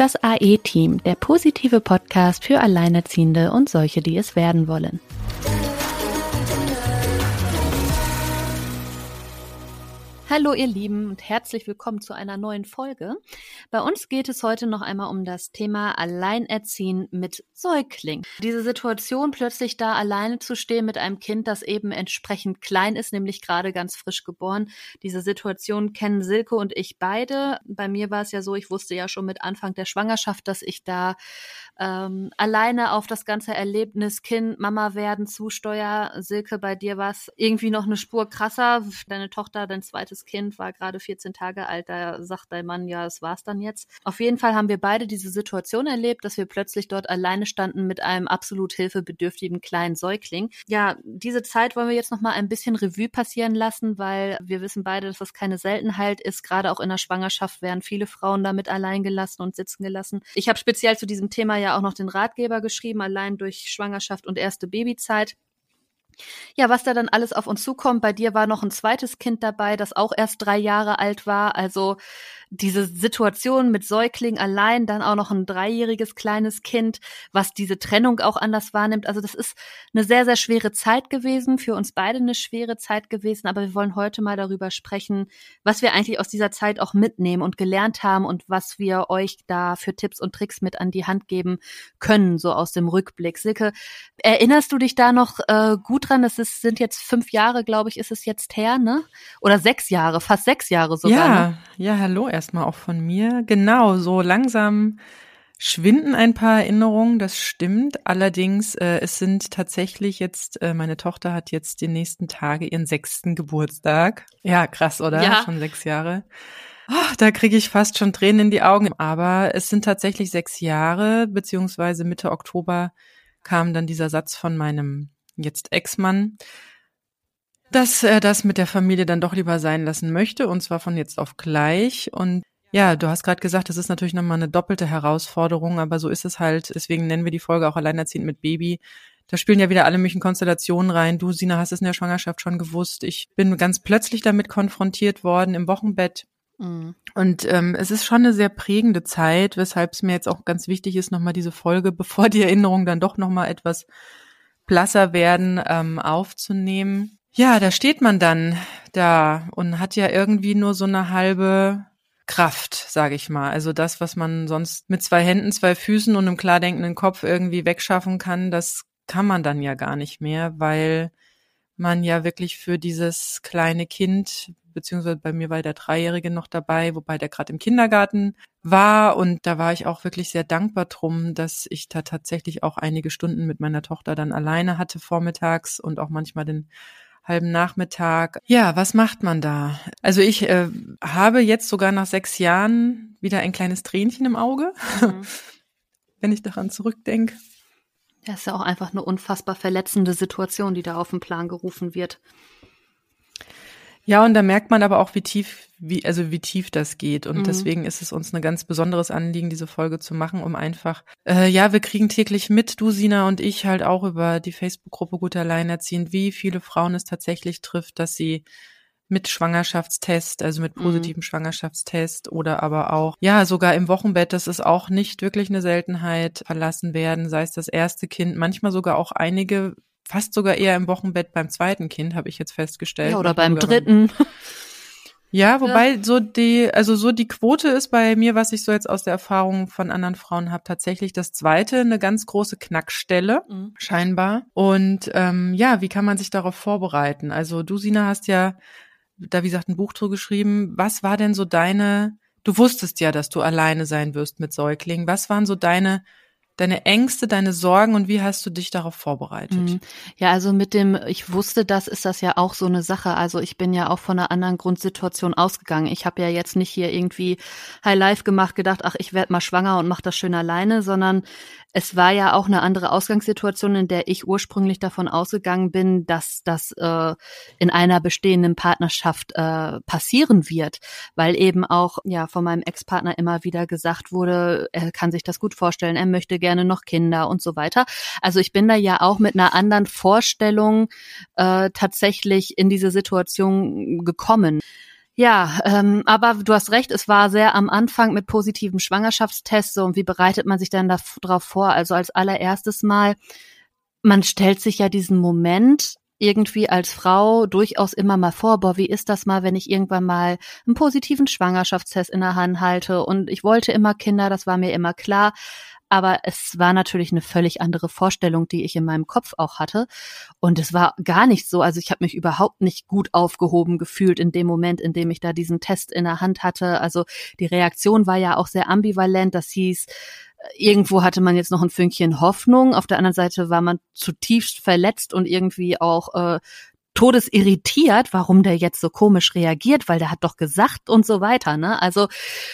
Das AE-Team, der positive Podcast für Alleinerziehende und solche, die es werden wollen. Hallo ihr Lieben und herzlich willkommen zu einer neuen Folge. Bei uns geht es heute noch einmal um das Thema Alleinerziehen mit Säugling. Diese Situation, plötzlich da alleine zu stehen mit einem Kind, das eben entsprechend klein ist, nämlich gerade ganz frisch geboren. Diese Situation kennen Silke und ich beide. Bei mir war es ja so, ich wusste ja schon mit Anfang der Schwangerschaft, dass ich da alleine auf das ganze Erlebnis Kind, Mama werden zusteuer. Silke, bei dir war es irgendwie noch eine Spur krasser. Deine Tochter, dein zweites Kind war gerade 14 Tage alt, da sagt dein Mann, ja, das war's dann jetzt. Auf jeden Fall haben wir beide diese Situation erlebt, dass wir plötzlich dort alleine standen mit einem absolut hilfebedürftigen kleinen Säugling. Ja, diese Zeit wollen wir jetzt noch mal ein bisschen Revue passieren lassen, weil wir wissen beide, dass das keine Seltenheit ist. Gerade auch in der Schwangerschaft werden viele Frauen damit allein gelassen und sitzen gelassen. Ich habe speziell zu diesem Thema ja auch noch den Ratgeber geschrieben, allein durch Schwangerschaft und erste Babyzeit. Ja, was da dann alles auf uns zukommt. Bei dir war noch ein zweites Kind dabei, das auch erst 3 Jahre alt war. Also diese Situation mit Säugling allein, dann auch noch ein 3-jähriges kleines Kind, was diese Trennung auch anders wahrnimmt. Also das ist eine sehr, sehr schwere Zeit gewesen, für uns beide eine schwere Zeit gewesen. Aber wir wollen heute mal darüber sprechen, was wir eigentlich aus dieser Zeit auch mitnehmen und gelernt haben und was wir euch da für Tipps und Tricks mit an die Hand geben können, so aus dem Rückblick. Silke, erinnerst du dich da noch gut dran? Sind jetzt 5 Jahre, glaube ich, ist es jetzt her, ne? Oder 6 Jahre, fast 6 Jahre sogar. Ja, ne? Ja, hallo erstmal auch von mir. Genau, so langsam schwinden ein paar Erinnerungen, das stimmt. Allerdings, es sind tatsächlich jetzt, meine Tochter hat jetzt die nächsten Tage ihren 6. Geburtstag. Ja, krass, oder? Ja. Schon 6 Jahre. Oh, da kriege ich fast schon Tränen in die Augen. Aber es sind tatsächlich 6 Jahre, beziehungsweise Mitte Oktober kam dann dieser Satz von meinem jetzt Ex-Mann, dass er das mit der Familie dann doch lieber sein lassen möchte, und zwar von jetzt auf gleich. Und ja, du hast gerade gesagt, das ist natürlich nochmal eine doppelte Herausforderung, aber so ist es halt. Deswegen nennen wir die Folge auch Alleinerziehend mit Baby. Da spielen ja wieder alle möglichen Konstellationen rein. Du, Sina, hast es in der Schwangerschaft schon gewusst. Ich bin ganz plötzlich damit konfrontiert worden im Wochenbett. Mhm. Und es ist schon eine sehr prägende Zeit, weshalb es mir jetzt auch ganz wichtig ist, nochmal diese Folge, bevor die Erinnerungen dann doch nochmal etwas blasser werden, aufzunehmen. Ja, da steht man dann da und hat ja irgendwie nur so eine halbe Kraft, sage ich mal. Also das, was man sonst mit 2 Händen, 2 Füßen und einem klar denkenden Kopf irgendwie wegschaffen kann, das kann man dann ja gar nicht mehr, weil man ja wirklich für dieses kleine Kind, beziehungsweise bei mir war der 3-Jährige noch dabei, wobei der gerade im Kindergarten war, und da war ich auch wirklich sehr dankbar drum, dass ich da tatsächlich auch einige Stunden mit meiner Tochter dann alleine hatte vormittags und auch manchmal den halben Nachmittag. Ja, was macht man da? Also ich habe jetzt sogar nach 6 Jahren wieder ein kleines Tränchen im Auge, wenn ich daran zurückdenke. Das ist ja auch einfach eine unfassbar verletzende Situation, die da auf den Plan gerufen wird. Ja, und da merkt man aber auch, wie tief das geht. Und deswegen ist es uns ein ganz besonderes Anliegen, diese Folge zu machen, um einfach, wir kriegen täglich mit, du, Sina und ich, halt auch über die Facebook-Gruppe Gut Alleinerziehend, wie viele Frauen es tatsächlich trifft, dass sie mit Schwangerschaftstest, also mit positivem Schwangerschaftstest oder aber auch, ja, sogar im Wochenbett, das ist auch nicht wirklich eine Seltenheit, verlassen werden, sei es das erste Kind, manchmal sogar auch einige, fast sogar eher im Wochenbett beim zweiten Kind, habe ich jetzt festgestellt. Ja, oder beim dritten. Ja, wobei so die Quote ist bei mir, was ich so jetzt aus der Erfahrung von anderen Frauen habe, tatsächlich das zweite eine ganz große Knackstelle, scheinbar. Und wie kann man sich darauf vorbereiten? Also du, Sina, hast ja da, wie gesagt, ein Buch drüber geschrieben. Was war denn so du wusstest ja, dass du alleine sein wirst mit Säuglingen. Was waren so deine Ängste, deine Sorgen, und wie hast du dich darauf vorbereitet? Ja, also ich wusste das, ist das ja auch so eine Sache. Also ich bin ja auch von einer anderen Grundsituation ausgegangen. Ich habe ja jetzt nicht hier irgendwie High Life gemacht, gedacht, ach, ich werde mal schwanger und mache das schön alleine, sondern es war ja auch eine andere Ausgangssituation, in der ich ursprünglich davon ausgegangen bin, dass das in einer bestehenden Partnerschaft passieren wird, weil eben auch von meinem Ex-Partner immer wieder gesagt wurde, er kann sich das gut vorstellen, er möchte gerne noch Kinder und so weiter. Also ich bin da ja auch mit einer anderen Vorstellung tatsächlich in diese Situation gekommen. Ja, aber du hast recht, es war sehr am Anfang mit positiven Schwangerschaftstests so, und wie bereitet man sich dann darauf vor? Also als allererstes Mal, man stellt sich ja diesen Moment irgendwie als Frau durchaus immer mal vor, boah, wie ist das mal, wenn ich irgendwann mal einen positiven Schwangerschaftstest in der Hand halte? Und ich wollte immer Kinder, das war mir immer klar. Aber es war natürlich eine völlig andere Vorstellung, die ich in meinem Kopf auch hatte. Und es war gar nicht so, also ich habe mich überhaupt nicht gut aufgehoben gefühlt in dem Moment, in dem ich da diesen Test in der Hand hatte. Also die Reaktion war ja auch sehr ambivalent. Das hieß, irgendwo hatte man jetzt noch ein Fünkchen Hoffnung. Auf der anderen Seite war man zutiefst verletzt und irgendwie auch todesirritiert, warum der jetzt so komisch reagiert, weil der hat doch gesagt und so weiter, ne? Also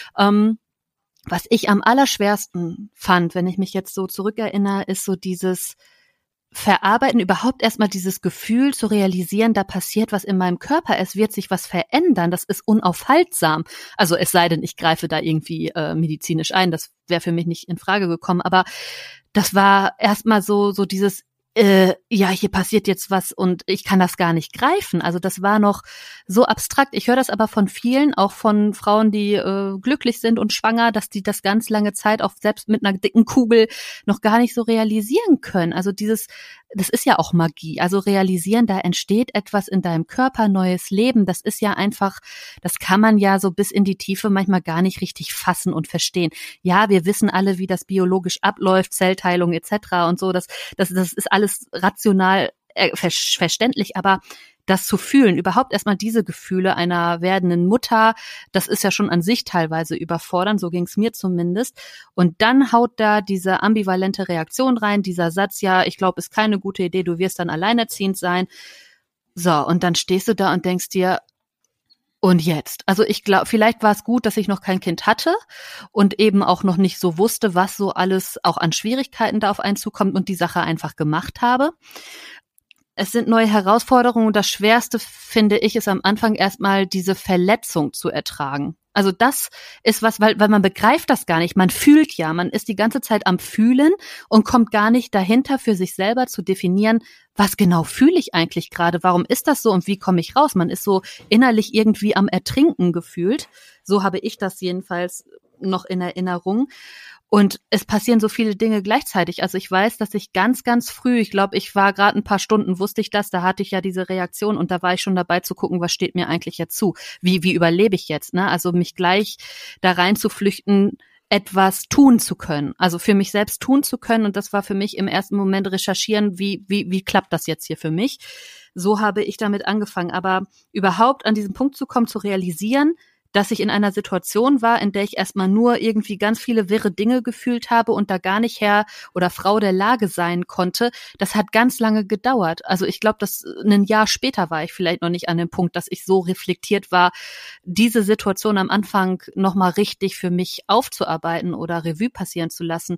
was ich am allerschwersten fand, wenn ich mich jetzt so zurückerinnere, ist so dieses Verarbeiten, überhaupt erstmal dieses Gefühl zu realisieren, da passiert was in meinem Körper, es wird sich was verändern, das ist unaufhaltsam. Also es sei denn, ich greife da irgendwie medizinisch ein, das wäre für mich nicht in Frage gekommen, aber das war erstmal so dieses ja, hier passiert jetzt was und ich kann das gar nicht greifen. Also das war noch so abstrakt. Ich höre das aber von vielen, auch von Frauen, die glücklich sind und schwanger, dass die das ganz lange Zeit auch selbst mit einer dicken Kugel noch gar nicht so realisieren können. Also das ist ja auch Magie. Also realisieren, da entsteht etwas in deinem Körper, neues Leben. Das ist ja einfach, das kann man ja so bis in die Tiefe manchmal gar nicht richtig fassen und verstehen. Ja, wir wissen alle, wie das biologisch abläuft, Zellteilung etc. und so. Das ist alles rational verständlich, aber das zu fühlen, überhaupt erstmal diese Gefühle einer werdenden Mutter, das ist ja schon an sich teilweise überfordernd, so ging es mir zumindest. Und dann haut da diese ambivalente Reaktion rein, dieser Satz, ja, ich glaube, ist keine gute Idee, du wirst dann alleinerziehend sein. So, und dann stehst du da und denkst dir, und jetzt? Also ich glaube, vielleicht war es gut, dass ich noch kein Kind hatte und eben auch noch nicht so wusste, was so alles auch an Schwierigkeiten da auf einen zukommt und die Sache einfach gemacht habe. Es sind neue Herausforderungen und das Schwerste, finde ich, ist am Anfang erstmal diese Verletzung zu ertragen. Also das ist was, weil man begreift das gar nicht. Man fühlt ja, man ist die ganze Zeit am Fühlen und kommt gar nicht dahinter, für sich selber zu definieren, was genau fühle ich eigentlich gerade, warum ist das so und wie komme ich raus? Man ist so innerlich irgendwie am Ertrinken gefühlt. So habe ich das jedenfalls noch in Erinnerung. Und es passieren so viele Dinge gleichzeitig. Also ich weiß, dass ich ganz, ganz früh, ich glaube, ich war gerade ein paar Stunden, wusste ich das, da hatte ich ja diese Reaktion und da war ich schon dabei zu gucken, was steht mir eigentlich jetzt zu? Wie überlebe ich jetzt? Ne? Also mich gleich da rein zu flüchten, etwas tun zu können. Also für mich selbst tun zu können. Und das war für mich im ersten Moment recherchieren, wie klappt das jetzt hier für mich? So habe ich damit angefangen. Aber überhaupt an diesen Punkt zu kommen, zu realisieren, dass ich in einer Situation war, in der ich erstmal nur irgendwie ganz viele wirre Dinge gefühlt habe und da gar nicht Herr oder Frau der Lage sein konnte, das hat ganz lange gedauert. Also ich glaube, dass ein Jahr später war ich vielleicht noch nicht an dem Punkt, dass ich so reflektiert war, diese Situation am Anfang nochmal richtig für mich aufzuarbeiten oder Revue passieren zu lassen.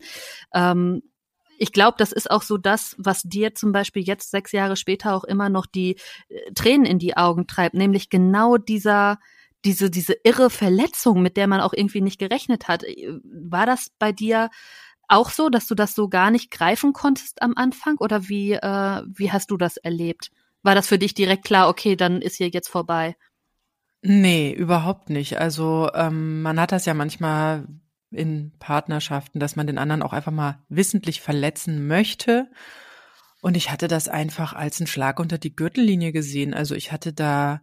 Ich glaube, das ist auch so das, was dir zum Beispiel jetzt 6 Jahre später auch immer noch die Tränen in die Augen treibt, nämlich genau diese irre Verletzung, mit der man auch irgendwie nicht gerechnet hat. War das bei dir auch so, dass du das so gar nicht greifen konntest am Anfang? Oder wie hast du das erlebt? War das für dich direkt klar, okay, dann ist hier jetzt vorbei? Nee, überhaupt nicht. Also man hat das ja manchmal in Partnerschaften, dass man den anderen auch einfach mal wissentlich verletzen möchte. Und ich hatte das einfach als einen Schlag unter die Gürtellinie gesehen. Also ich hatte da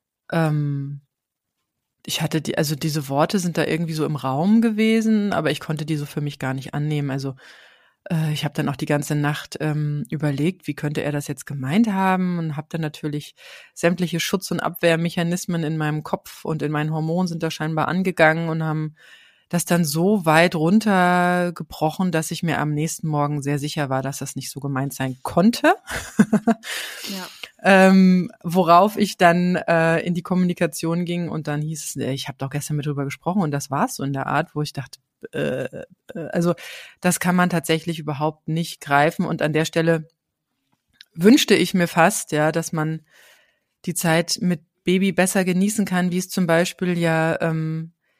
also diese Worte sind da irgendwie so im Raum gewesen, aber ich konnte die so für mich gar nicht annehmen. Also ich habe dann auch die ganze Nacht überlegt, wie könnte er das jetzt gemeint haben, und habe dann natürlich sämtliche Schutz- und Abwehrmechanismen in meinem Kopf und in meinen Hormonen sind da scheinbar angegangen und haben das dann so weit runtergebrochen, dass ich mir am nächsten Morgen sehr sicher war, dass das nicht so gemeint sein konnte. Ja. Worauf ich dann in die Kommunikation ging und dann hieß es, ich habe doch gestern mit drüber gesprochen und das war's so in der Art, wo ich dachte, also das kann man tatsächlich überhaupt nicht greifen und an der Stelle wünschte ich mir fast, ja, dass man die Zeit mit Baby besser genießen kann, wie es zum Beispiel ja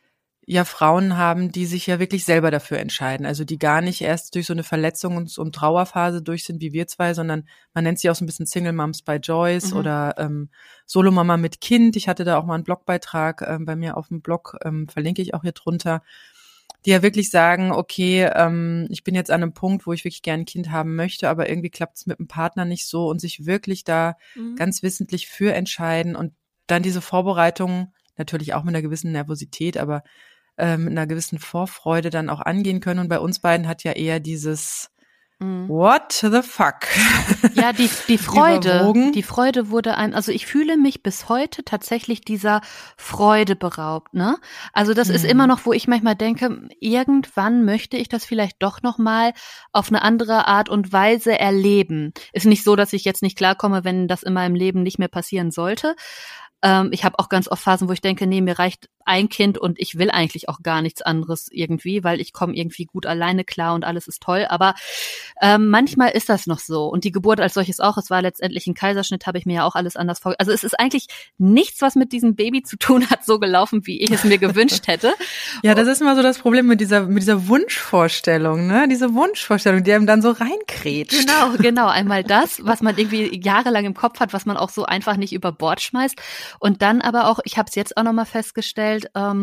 ja Frauen haben, die sich ja wirklich selber dafür entscheiden. Also die gar nicht erst durch so eine Verletzungs- und Trauerphase durch sind wie wir zwei, sondern man nennt sie auch so ein bisschen Single Moms by Choice oder Solomama mit Kind. Ich hatte da auch mal einen Blogbeitrag bei mir auf dem Blog, verlinke ich auch hier drunter, die ja wirklich sagen, okay, ich bin jetzt an einem Punkt, wo ich wirklich gerne ein Kind haben möchte, aber irgendwie klappt es mit dem Partner nicht so und sich wirklich da ganz wissentlich für entscheiden und dann diese Vorbereitung natürlich auch mit einer gewissen Nervosität, aber mit einer gewissen Vorfreude dann auch angehen können. Und bei uns beiden hat ja eher dieses What the fuck? Ja, die Freude, überwogen. die Freude wurde also ich fühle mich bis heute tatsächlich dieser Freude beraubt, ne? Also das ist immer noch, wo ich manchmal denke, irgendwann möchte ich das vielleicht doch nochmal auf eine andere Art und Weise erleben. Ist nicht so, dass ich jetzt nicht klarkomme, wenn das in meinem Leben nicht mehr passieren sollte. Ich habe auch ganz oft Phasen, wo ich denke, nee, mir reicht ein Kind und ich will eigentlich auch gar nichts anderes irgendwie, weil ich komme irgendwie gut alleine klar und alles ist toll. Aber manchmal ist das noch so. Und die Geburt als solches auch, es war letztendlich ein Kaiserschnitt, habe ich mir ja auch alles anders vorgestellt. Also es ist eigentlich nichts, was mit diesem Baby zu tun hat, so gelaufen, wie ich es mir gewünscht hätte. Ja, das ist immer so das Problem mit dieser Wunschvorstellung, ne? Diese Wunschvorstellung, die einem dann so reinkrätscht. Genau. Einmal das, was man irgendwie jahrelang im Kopf hat, was man auch so einfach nicht über Bord schmeißt. Und dann aber auch, ich habe es jetzt auch nochmal festgestellt,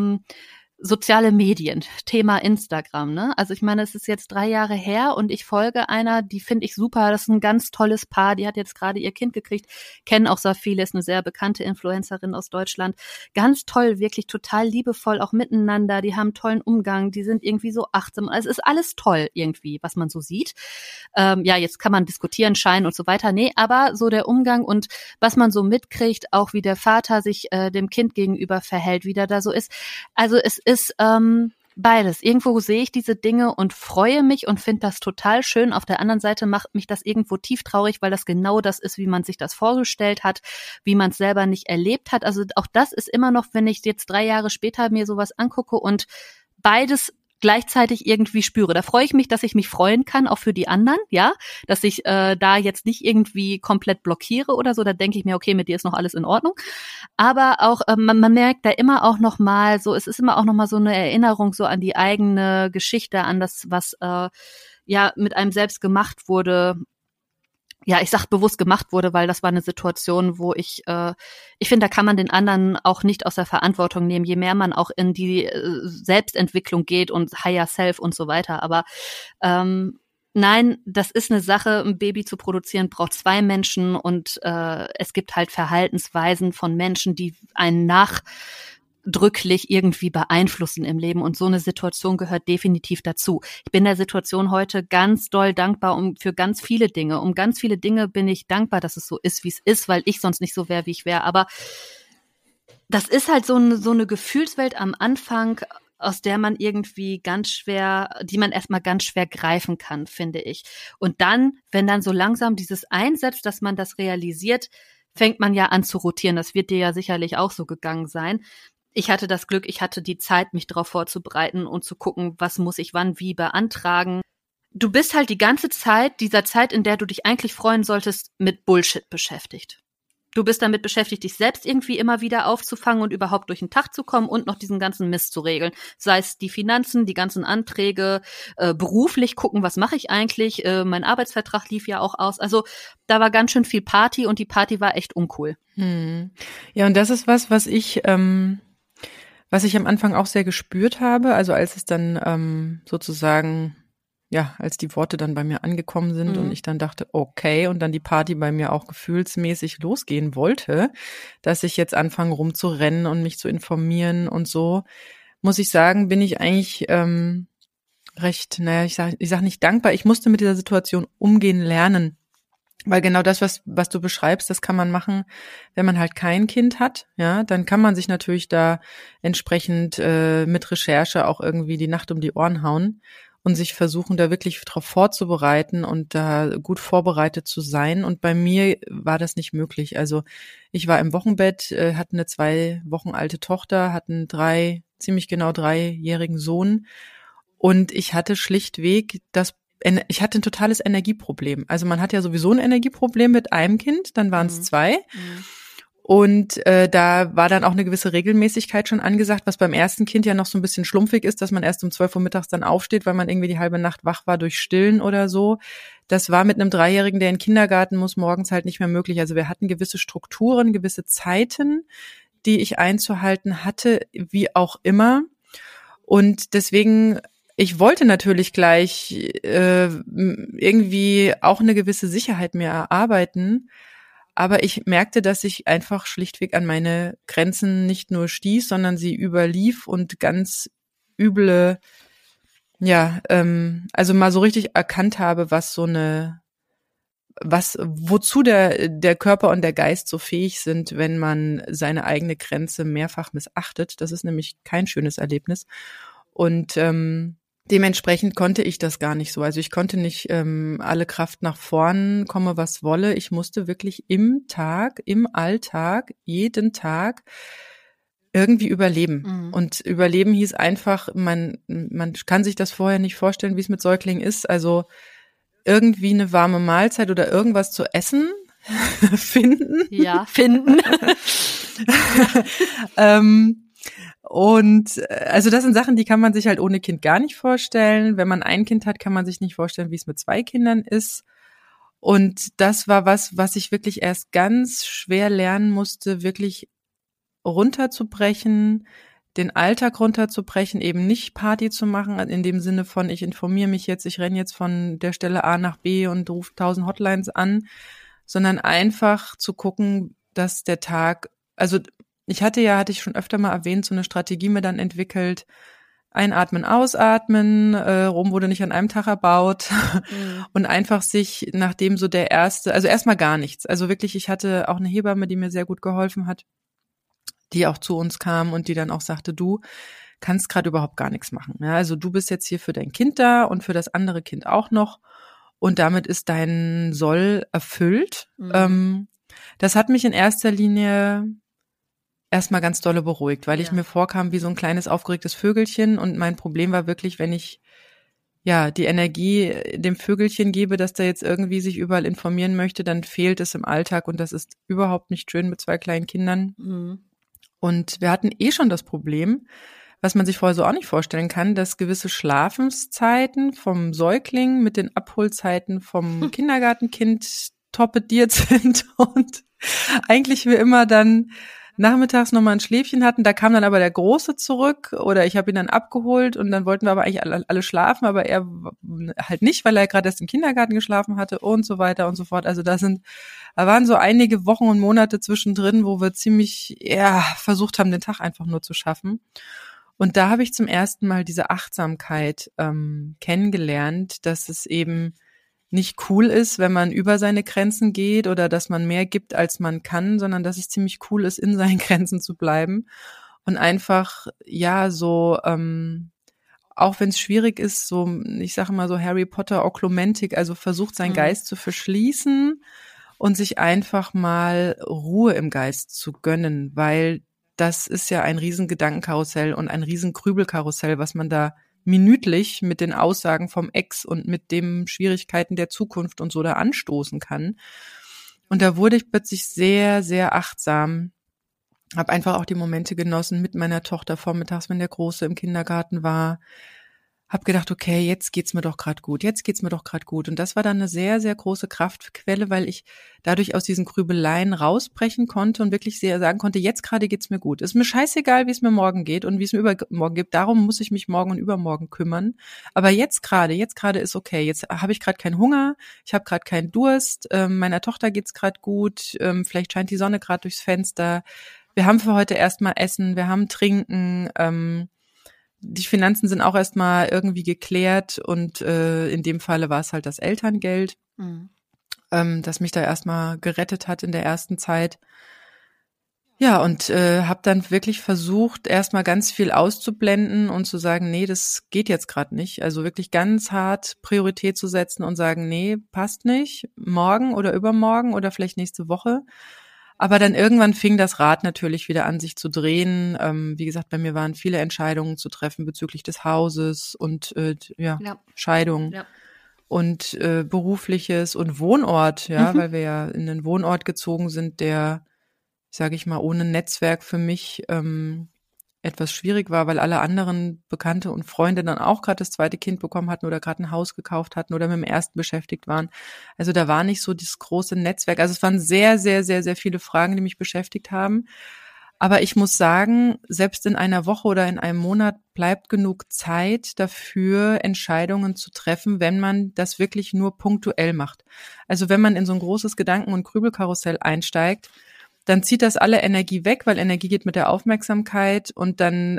soziale Medien, Thema Instagram, ne? Also ich meine, es ist jetzt 3 Jahre her und ich folge einer, die finde ich super, das ist ein ganz tolles Paar, die hat jetzt gerade ihr Kind gekriegt, kennen auch sehr viele, ist eine sehr bekannte Influencerin aus Deutschland, ganz toll, wirklich total liebevoll auch miteinander, die haben tollen Umgang, die sind irgendwie so achtsam, also es ist alles toll irgendwie, was man so sieht. Ja, jetzt kann man diskutieren, Schein und so weiter, nee, aber so der Umgang und was man so mitkriegt, auch wie der Vater sich dem Kind gegenüber verhält, wie der da so ist, also es ist beides. Irgendwo sehe ich diese Dinge und freue mich und finde das total schön. Auf der anderen Seite macht mich das irgendwo tief traurig, weil das genau das ist, wie man sich das vorgestellt hat, wie man es selber nicht erlebt hat. Also auch das ist immer noch, wenn ich jetzt 3 Jahre später mir sowas angucke und beides gleichzeitig irgendwie spüre. Da freue ich mich, dass ich mich freuen kann, auch für die anderen, ja, dass ich da jetzt nicht irgendwie komplett blockiere oder so. Da denke ich mir, okay, mit dir ist noch alles in Ordnung. Aber auch man merkt da immer auch noch mal so, es ist immer auch noch mal so eine Erinnerung so an die eigene Geschichte, an das, was ja mit einem selbst gemacht wurde. Ja, ich sag bewusst gemacht wurde, weil das war eine Situation, wo ich finde, da kann man den anderen auch nicht aus der Verantwortung nehmen, je mehr man auch in die Selbstentwicklung geht und Higher Self und so weiter. Aber nein, das ist eine Sache, ein Baby zu produzieren braucht 2 Menschen und es gibt halt Verhaltensweisen von Menschen, die einen nachdrücklich irgendwie beeinflussen im Leben und so eine Situation gehört definitiv dazu. Ich bin der Situation heute ganz doll dankbar für ganz viele Dinge. Um ganz viele Dinge bin ich dankbar, dass es so ist, wie es ist, weil ich sonst nicht so wäre, wie ich wäre. Aber das ist halt so eine Gefühlswelt am Anfang, aus der man irgendwie die man erstmal ganz schwer greifen kann, finde ich. Und dann, wenn dann so langsam dieses einsetzt, dass man das realisiert, fängt man ja an zu rotieren. Das wird dir ja sicherlich auch so gegangen sein. Ich hatte das Glück, ich hatte die Zeit, mich darauf vorzubereiten und zu gucken, was muss ich wann wie beantragen. Du bist halt die ganze Zeit, dieser Zeit, in der du dich eigentlich freuen solltest, mit Bullshit beschäftigt. Du bist damit beschäftigt, dich selbst irgendwie immer wieder aufzufangen und überhaupt durch den Tag zu kommen und noch diesen ganzen Mist zu regeln. Sei es die Finanzen, die ganzen Anträge, beruflich gucken, was mache ich eigentlich? Mein Arbeitsvertrag lief ja auch aus. Also da war ganz schön viel Party und die Party war echt uncool. Ja, und das ist was ich am Anfang auch sehr gespürt habe. Also als es dann sozusagen, ja, als die Worte dann bei mir angekommen sind und ich dann dachte, okay, und dann die Party bei mir auch gefühlsmäßig losgehen wollte, dass ich jetzt anfange rumzurennen und mich zu informieren und so, muss ich sagen, bin ich eigentlich recht, ich sag nicht dankbar. Ich musste mit dieser Situation umgehen lernen. Weil genau das, was du beschreibst, das kann man machen, wenn man halt kein Kind hat, ja, dann kann man sich natürlich da entsprechend mit Recherche auch irgendwie die Nacht um die Ohren hauen und sich versuchen, da wirklich darauf vorzubereiten und da gut vorbereitet zu sein. Und bei mir war das nicht möglich. Also ich war im Wochenbett, hatte eine 2 Wochen alte Tochter, hatte einen ziemlich genau 3-jährigen Sohn und ich hatte schlichtweg ich hatte ein totales Energieproblem. Also man hat ja sowieso ein Energieproblem mit einem Kind, dann waren es 2. Und da war dann auch eine gewisse Regelmäßigkeit schon angesagt, was beim ersten Kind ja noch so ein bisschen schlumpfig ist, dass man erst um 12 Uhr mittags dann aufsteht, weil man irgendwie die halbe Nacht wach war durch Stillen oder so. Das war mit einem Dreijährigen, der in den Kindergarten muss, morgens halt nicht mehr möglich. Also wir hatten gewisse Strukturen, gewisse Zeiten, die ich einzuhalten hatte, wie auch immer. Und deswegen, ich wollte natürlich gleich irgendwie auch eine gewisse Sicherheit mir erarbeiten. Aber ich merkte, dass ich einfach schlichtweg an meine Grenzen nicht nur stieß, sondern sie überlief und ganz üble, also mal so richtig erkannt habe, wozu der Körper und der Geist so fähig sind, wenn man seine eigene Grenze mehrfach missachtet. Das ist nämlich kein schönes Erlebnis. Und dementsprechend konnte ich das gar nicht so. Also ich konnte nicht alle Kraft nach vorn, komme was wolle. Ich musste wirklich im Alltag, jeden Tag irgendwie überleben. Mhm. Und überleben hieß einfach, man kann sich das vorher nicht vorstellen, wie es mit Säuglingen ist. Also irgendwie eine warme Mahlzeit oder irgendwas zu essen finden. Ja, finden. Und also das sind Sachen, die kann man sich halt ohne Kind gar nicht vorstellen. Wenn man ein Kind hat, kann man sich nicht vorstellen, wie es mit 2 Kindern ist. Und das war was ich wirklich erst ganz schwer lernen musste, wirklich runterzubrechen, den Alltag runterzubrechen, eben nicht Party zu machen, in dem Sinne von, ich informiere mich jetzt, ich renne jetzt von der Stelle A nach B und rufe 1000 Hotlines an, sondern einfach zu gucken, dass der Tag, also hatte ich schon öfter mal erwähnt, so eine Strategie mir dann entwickelt, einatmen, ausatmen, Rom wurde nicht an einem Tag erbaut und einfach sich nachdem so also erstmal gar nichts, also wirklich, ich hatte auch eine Hebamme, die mir sehr gut geholfen hat, die auch zu uns kam und die dann auch sagte, du kannst gerade überhaupt gar nichts machen. Ja, also du bist jetzt hier für dein Kind da und für das andere Kind auch noch und damit ist dein Soll erfüllt. Das hat mich in erster Linie erstmal ganz dolle beruhigt, weil ich mir vorkam wie so ein kleines aufgeregtes Vögelchen und mein Problem war wirklich, wenn ich die Energie dem Vögelchen gebe, dass der jetzt irgendwie sich überall informieren möchte, dann fehlt es im Alltag und das ist überhaupt nicht schön mit 2 kleinen Kindern. Und wir hatten schon das Problem, was man sich vorher so auch nicht vorstellen kann, dass gewisse Schlafenszeiten vom Säugling mit den Abholzeiten vom Kindergartenkind torpediert sind und eigentlich wir immer dann nachmittags nochmal ein Schläfchen hatten, da kam dann aber der Große zurück oder ich habe ihn dann abgeholt und dann wollten wir aber eigentlich alle schlafen, aber er halt nicht, weil er gerade erst im Kindergarten geschlafen hatte und so weiter und so fort. Also da waren so einige Wochen und Monate zwischendrin, wo wir ziemlich versucht haben, den Tag einfach nur zu schaffen. Und da habe ich zum ersten Mal diese Achtsamkeit kennengelernt, dass es eben nicht cool ist, wenn man über seine Grenzen geht oder dass man mehr gibt, als man kann, sondern dass es ziemlich cool ist, in seinen Grenzen zu bleiben und einfach, so, auch wenn es schwierig ist, so, ich sage mal so Harry Potter Oklumentik, also versucht seinen Geist zu verschließen und sich einfach mal Ruhe im Geist zu gönnen, weil das ist ja ein riesen Gedankenkarussell und ein riesen Grübelkarussell, was man da minütlich mit den Aussagen vom Ex und mit den Schwierigkeiten der Zukunft und so da anstoßen kann. Und da wurde ich plötzlich sehr, sehr achtsam, habe einfach auch die Momente genossen mit meiner Tochter vormittags, wenn der Große im Kindergarten war, habe gedacht, okay, jetzt geht's mir doch gerade gut. Und das war dann eine sehr, sehr große Kraftquelle, weil ich dadurch aus diesen Grübeleien rausbrechen konnte und wirklich sehr sagen konnte, jetzt gerade geht's mir gut. Ist mir scheißegal, wie es mir morgen geht und wie es mir übermorgen geht. Darum muss ich mich morgen und übermorgen kümmern. Aber jetzt gerade ist okay. Jetzt habe ich gerade keinen Hunger, ich habe gerade keinen Durst, meiner Tochter geht's gerade gut, vielleicht scheint die Sonne gerade durchs Fenster. Wir haben für heute erstmal Essen, wir haben Trinken, die Finanzen sind auch erstmal irgendwie geklärt und in dem Falle war es halt das Elterngeld, das mich da erstmal gerettet hat in der ersten Zeit. Ja, und habe dann wirklich versucht, erstmal ganz viel auszublenden und zu sagen, nee, das geht jetzt gerade nicht. Also wirklich ganz hart Priorität zu setzen und sagen, nee, passt nicht, morgen oder übermorgen oder vielleicht nächste Woche. Aber dann irgendwann fing das Rad natürlich wieder an, sich zu drehen. Wie gesagt, bei mir waren viele Entscheidungen zu treffen bezüglich des Hauses und Scheidung und Berufliches und Wohnort, weil wir ja in einen Wohnort gezogen sind, der sage ich mal, ohne Netzwerk für mich etwas schwierig war, weil alle anderen Bekannte und Freunde dann auch gerade das zweite Kind bekommen hatten oder gerade ein Haus gekauft hatten oder mit dem ersten beschäftigt waren. Also da war nicht so dieses große Netzwerk. Also es waren sehr, sehr, sehr, sehr viele Fragen, die mich beschäftigt haben. Aber ich muss sagen, selbst in einer Woche oder in einem Monat bleibt genug Zeit dafür, Entscheidungen zu treffen, wenn man das wirklich nur punktuell macht. Also wenn man in so ein großes Gedanken- und Grübelkarussell einsteigt, dann zieht das alle Energie weg, weil Energie geht mit der Aufmerksamkeit und dann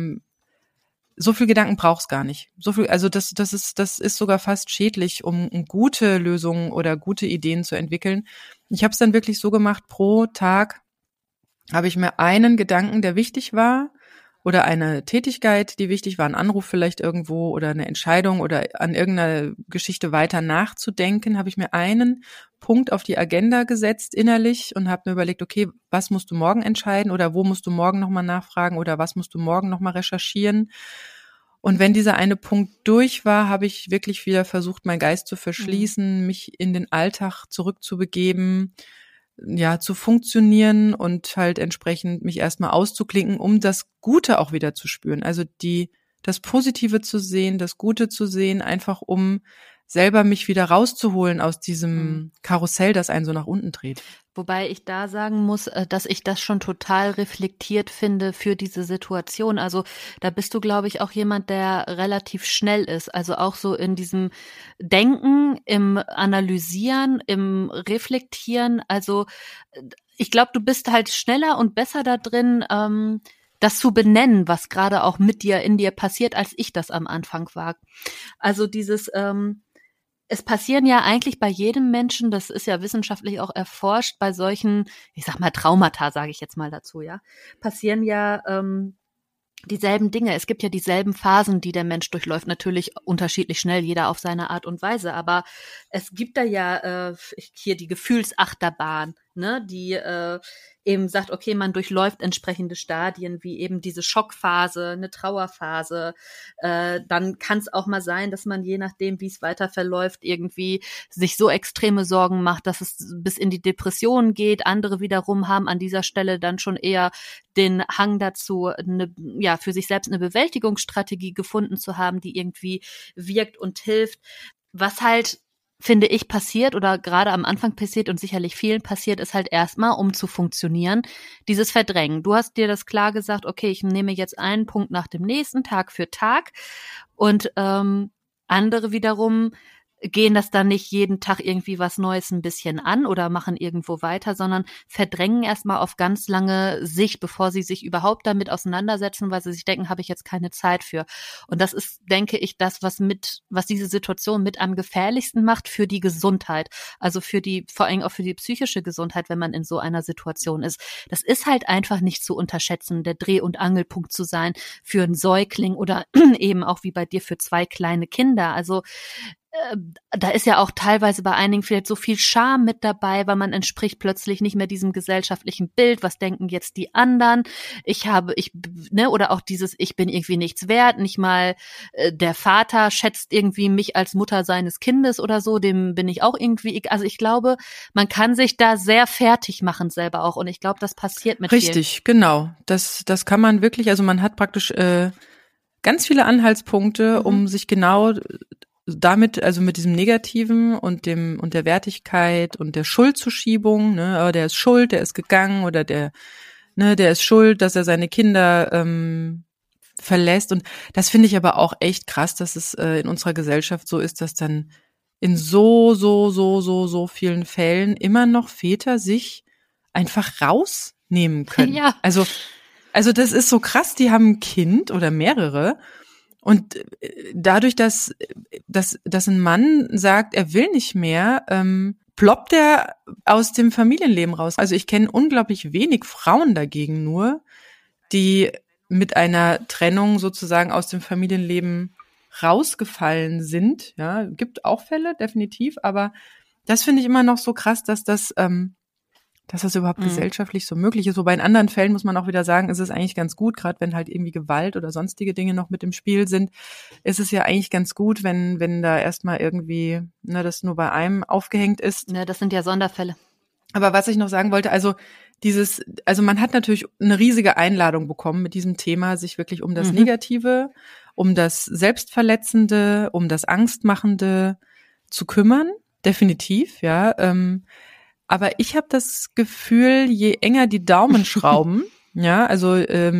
so viel Gedanken braucht's gar nicht. So viel, also das ist sogar fast schädlich, um gute Lösungen oder gute Ideen zu entwickeln. Ich habe es dann wirklich so gemacht, pro Tag habe ich mir einen Gedanken, der wichtig war, oder eine Tätigkeit, die wichtig war, ein Anruf vielleicht irgendwo oder eine Entscheidung oder an irgendeiner Geschichte weiter nachzudenken, habe ich mir einen Punkt auf die Agenda gesetzt innerlich und habe mir überlegt, okay, was musst du morgen entscheiden oder wo musst du morgen nochmal nachfragen oder was musst du morgen nochmal recherchieren. Und wenn dieser eine Punkt durch war, habe ich wirklich wieder versucht, meinen Geist zu verschließen, mich in den Alltag zurückzubegeben, ja, zu funktionieren und halt entsprechend mich erstmal auszuklinken, um das Gute auch wieder zu spüren. Also das Positive zu sehen, das Gute zu sehen, einfach um selber mich wieder rauszuholen aus diesem Karussell, das einen so nach unten dreht. Wobei ich da sagen muss, dass ich das schon total reflektiert finde für diese Situation. Also da bist du, glaube ich, auch jemand, der relativ schnell ist. Also auch so in diesem Denken, im Analysieren, im Reflektieren. Also ich glaube, du bist halt schneller und besser da drin, das zu benennen, was gerade auch mit dir, in dir passiert, als ich das am Anfang war. Also dieses es passieren ja eigentlich bei jedem Menschen, das ist ja wissenschaftlich auch erforscht, bei solchen, ich sag mal Traumata, sage ich jetzt mal dazu, ja, passieren ja dieselben Dinge. Es gibt ja dieselben Phasen, die der Mensch durchläuft, natürlich unterschiedlich schnell, jeder auf seine Art und Weise, aber es gibt da ja hier die Gefühlsachterbahn, ne, die eben sagt, okay, man durchläuft entsprechende Stadien, wie eben diese Schockphase, eine Trauerphase. Dann kann es auch mal sein, dass man je nachdem, wie es weiter verläuft, irgendwie sich so extreme Sorgen macht, dass es bis in die Depression geht. Andere wiederum haben an dieser Stelle dann schon eher den Hang dazu, für sich selbst eine Bewältigungsstrategie gefunden zu haben, die irgendwie wirkt und hilft. Was halt, finde ich, passiert oder gerade am Anfang passiert und sicherlich vielen passiert, ist halt erstmal, um zu funktionieren, dieses Verdrängen. Du hast dir das klar gesagt, okay, ich nehme jetzt einen Punkt nach dem nächsten, Tag für Tag, und andere wiederum gehen das dann nicht jeden Tag irgendwie was Neues ein bisschen an oder machen irgendwo weiter, sondern verdrängen erstmal auf ganz lange Sicht, bevor sie sich überhaupt damit auseinandersetzen, weil sie sich denken, habe ich jetzt keine Zeit für. Und das ist, denke ich, das, was diese Situation mit am gefährlichsten macht für die Gesundheit. Also vor allem auch für die psychische Gesundheit, wenn man in so einer Situation ist. Das ist halt einfach nicht zu unterschätzen, der Dreh- und Angelpunkt zu sein für einen Säugling oder eben auch wie bei dir für 2 kleine Kinder. Also da ist ja auch teilweise bei einigen vielleicht so viel Scham mit dabei, weil man entspricht plötzlich nicht mehr diesem gesellschaftlichen Bild. Was denken jetzt die anderen? Oder auch dieses, ich bin irgendwie nichts wert. Nicht mal der Vater schätzt irgendwie mich als Mutter seines Kindes oder so. Dem bin ich auch irgendwie. Also ich glaube, man kann sich da sehr fertig machen selber auch. Und ich glaube, das passiert mit Richtig, genau. Das kann man wirklich. Also man hat praktisch ganz viele Anhaltspunkte, um sich genau damit, also mit diesem Negativen und der Wertigkeit und der Schuldzuschiebung, ne, aber der ist schuld, der ist gegangen, oder der ist schuld, dass er seine Kinder verlässt. Und das finde ich aber auch echt krass, dass es in unserer Gesellschaft so ist, dass dann in so vielen Fällen immer noch Väter sich einfach rausnehmen können. Ja. Also das ist so krass, die haben ein Kind oder mehrere. Und dadurch, dass ein Mann sagt, er will nicht mehr, ploppt er aus dem Familienleben raus. Also ich kenne unglaublich wenig Frauen dagegen nur, die mit einer Trennung sozusagen aus dem Familienleben rausgefallen sind. Ja, gibt auch Fälle, definitiv. Aber das finde ich immer noch so krass, dass das überhaupt gesellschaftlich so möglich ist. Wobei in anderen Fällen muss man auch wieder sagen, ist es eigentlich ganz gut, gerade wenn halt irgendwie Gewalt oder sonstige Dinge noch mit im Spiel sind, ist es ja eigentlich ganz gut, wenn da erstmal irgendwie, das nur bei einem aufgehängt ist. Ja, das sind ja Sonderfälle. Aber was ich noch sagen wollte, also also man hat natürlich eine riesige Einladung bekommen mit diesem Thema, sich wirklich um das Negative, um das Selbstverletzende, um das Angstmachende zu kümmern, definitiv, ja. Aber ich habe das Gefühl, je enger die Daumenschrauben, ja, also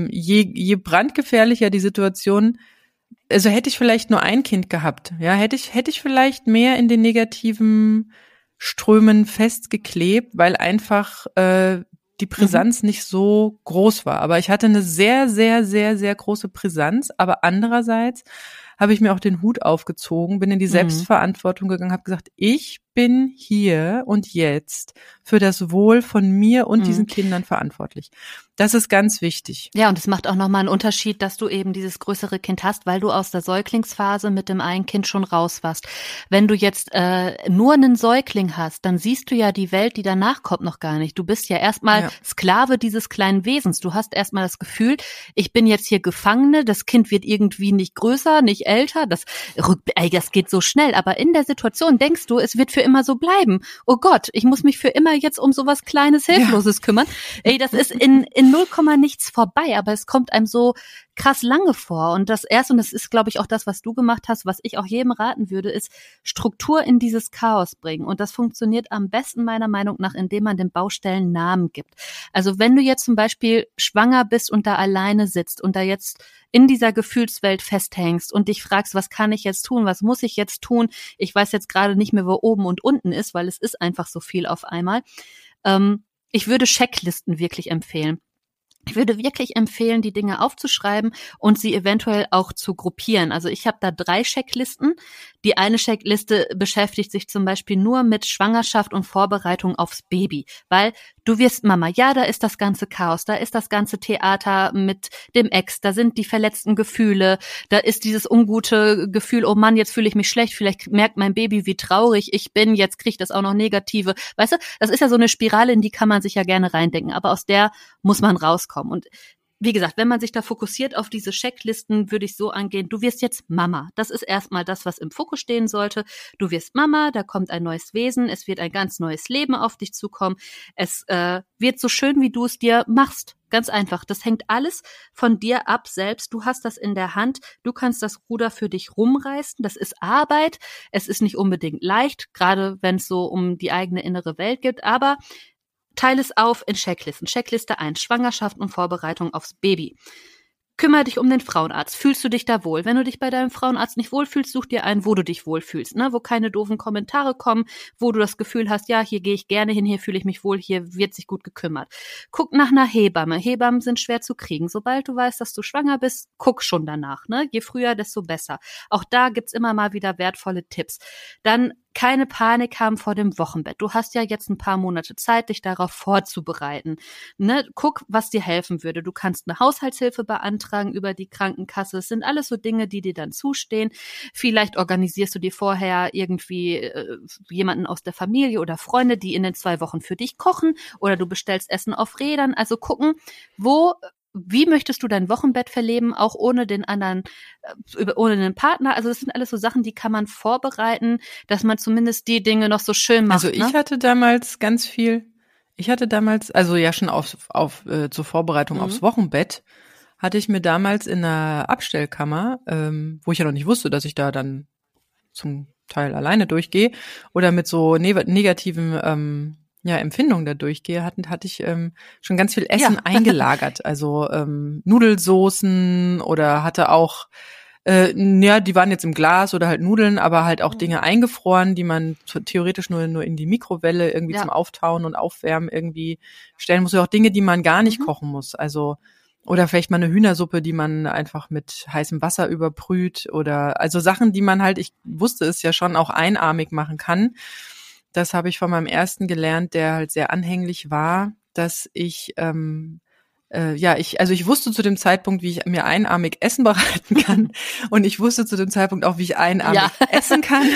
je brandgefährlicher die Situation, also hätte ich vielleicht nur ein Kind gehabt, ja, hätte ich vielleicht mehr in den negativen Strömen festgeklebt, weil einfach die Brisanz nicht so groß war. Aber ich hatte eine sehr, sehr, sehr, sehr große Brisanz. Aber andererseits habe ich mir auch den Hut aufgezogen, bin in die Selbstverantwortung gegangen, habe gesagt, ich bin hier und jetzt für das Wohl von mir und diesen Kindern verantwortlich. Das ist ganz wichtig. Ja, und es macht auch nochmal einen Unterschied, dass du eben dieses größere Kind hast, weil du aus der Säuglingsphase mit dem einen Kind schon raus warst. Wenn du jetzt nur einen Säugling hast, dann siehst du ja die Welt, die danach kommt, noch gar nicht. Du bist ja erstmal Sklave dieses kleinen Wesens. Du hast erstmal das Gefühl, ich bin jetzt hier Gefangene, das Kind wird irgendwie nicht größer, nicht älter, das geht so schnell. Aber in der Situation denkst du, es wird für immer so bleiben. Oh Gott, ich muss mich für immer jetzt um sowas Kleines, Hilfloses kümmern. Das ist in 0, nichts vorbei, aber es kommt einem so krass lange vor. Und das ist, glaube ich, auch das, was du gemacht hast, was ich auch jedem raten würde, ist Struktur in dieses Chaos bringen. Und das funktioniert am besten meiner Meinung nach, indem man den Baustellen Namen gibt. Also wenn du jetzt zum Beispiel schwanger bist und da alleine sitzt und da jetzt in dieser Gefühlswelt festhängst und dich fragst, was kann ich jetzt tun, was muss ich jetzt tun? Ich weiß jetzt gerade nicht mehr, wo oben und unten ist, weil es ist einfach so viel auf einmal. Ich würde Checklisten wirklich empfehlen. Ich würde wirklich empfehlen, die Dinge aufzuschreiben und sie eventuell auch zu gruppieren. Also ich habe da 3 Checklisten. Die eine Checkliste beschäftigt sich zum Beispiel nur mit Schwangerschaft und Vorbereitung aufs Baby, weil du wirst Mama. Ja, da ist das ganze Chaos, da ist das ganze Theater mit dem Ex, da sind die verletzten Gefühle, da ist dieses ungute Gefühl, oh Mann, jetzt fühle ich mich schlecht, vielleicht merkt mein Baby, wie traurig ich bin, jetzt kriege ich das auch noch negative. Weißt du, das ist ja so eine Spirale, in die kann man sich ja gerne reindenken, aber aus der muss man rauskommen. Und wie gesagt, wenn man sich da fokussiert auf diese Checklisten, würde ich so angehen, du wirst jetzt Mama. Das ist erstmal das, was im Fokus stehen sollte. Du wirst Mama, da kommt ein neues Wesen, es wird ein ganz neues Leben auf dich zukommen. Es wird so schön, wie du es dir machst. Ganz einfach. Das hängt alles von dir ab selbst. Du hast das in der Hand. Du kannst das Ruder für dich rumreißen. Das ist Arbeit. Es ist nicht unbedingt leicht, gerade wenn es so um die eigene innere Welt geht, aber teile es auf in Checklisten. Checkliste 1, Schwangerschaft und Vorbereitung aufs Baby. Kümmere dich um den Frauenarzt. Fühlst du dich da wohl? Wenn du dich bei deinem Frauenarzt nicht wohlfühlst, such dir einen, wo du dich wohlfühlst, ne? Wo keine doofen Kommentare kommen, wo du das Gefühl hast, ja, hier gehe ich gerne hin, hier fühle ich mich wohl, hier wird sich gut gekümmert. Guck nach einer Hebamme. Hebammen sind schwer zu kriegen. Sobald du weißt, dass du schwanger bist, guck schon danach, ne? Je früher, desto besser. Auch da gibt's immer mal wieder wertvolle Tipps. Dann keine Panik haben vor dem Wochenbett. Du hast ja jetzt ein paar Monate Zeit, dich darauf vorzubereiten. Ne? Guck, was dir helfen würde. Du kannst eine Haushaltshilfe beantragen über die Krankenkasse. Es sind alles so Dinge, die dir dann zustehen. Vielleicht organisierst du dir vorher irgendwie jemanden aus der Familie oder Freunde, die in den 2 Wochen für dich kochen, oder du bestellst Essen auf Rädern. Also gucken, wie möchtest du dein Wochenbett verleben, auch ohne den anderen, ohne einen Partner? Also das sind alles so Sachen, die kann man vorbereiten, dass man zumindest die Dinge noch so schön macht. Also ich hatte damals also ja schon zur Vorbereitung aufs Wochenbett, hatte ich mir damals in einer Abstellkammer, wo ich ja noch nicht wusste, dass ich da dann zum Teil alleine durchgehe oder mit so negativen Empfindungen da durchgehe, hatte ich schon ganz viel Essen eingelagert. Also Nudelsoßen oder hatte auch, die waren jetzt im Glas oder halt Nudeln, aber halt auch Dinge eingefroren, die man theoretisch nur in die Mikrowelle irgendwie zum Auftauen und Aufwärmen irgendwie stellen muss. Oder auch Dinge, die man gar nicht kochen muss. Also oder vielleicht mal eine Hühnersuppe, die man einfach mit heißem Wasser überbrüht oder also Sachen, die man halt, ich wusste es ja schon, auch einarmig machen kann. Das habe ich von meinem ersten gelernt, der halt sehr anhänglich war, dass ich ich wusste zu dem Zeitpunkt, wie ich mir einarmig Essen bereiten kann und ich wusste zu dem Zeitpunkt auch, wie ich einarmig essen kann.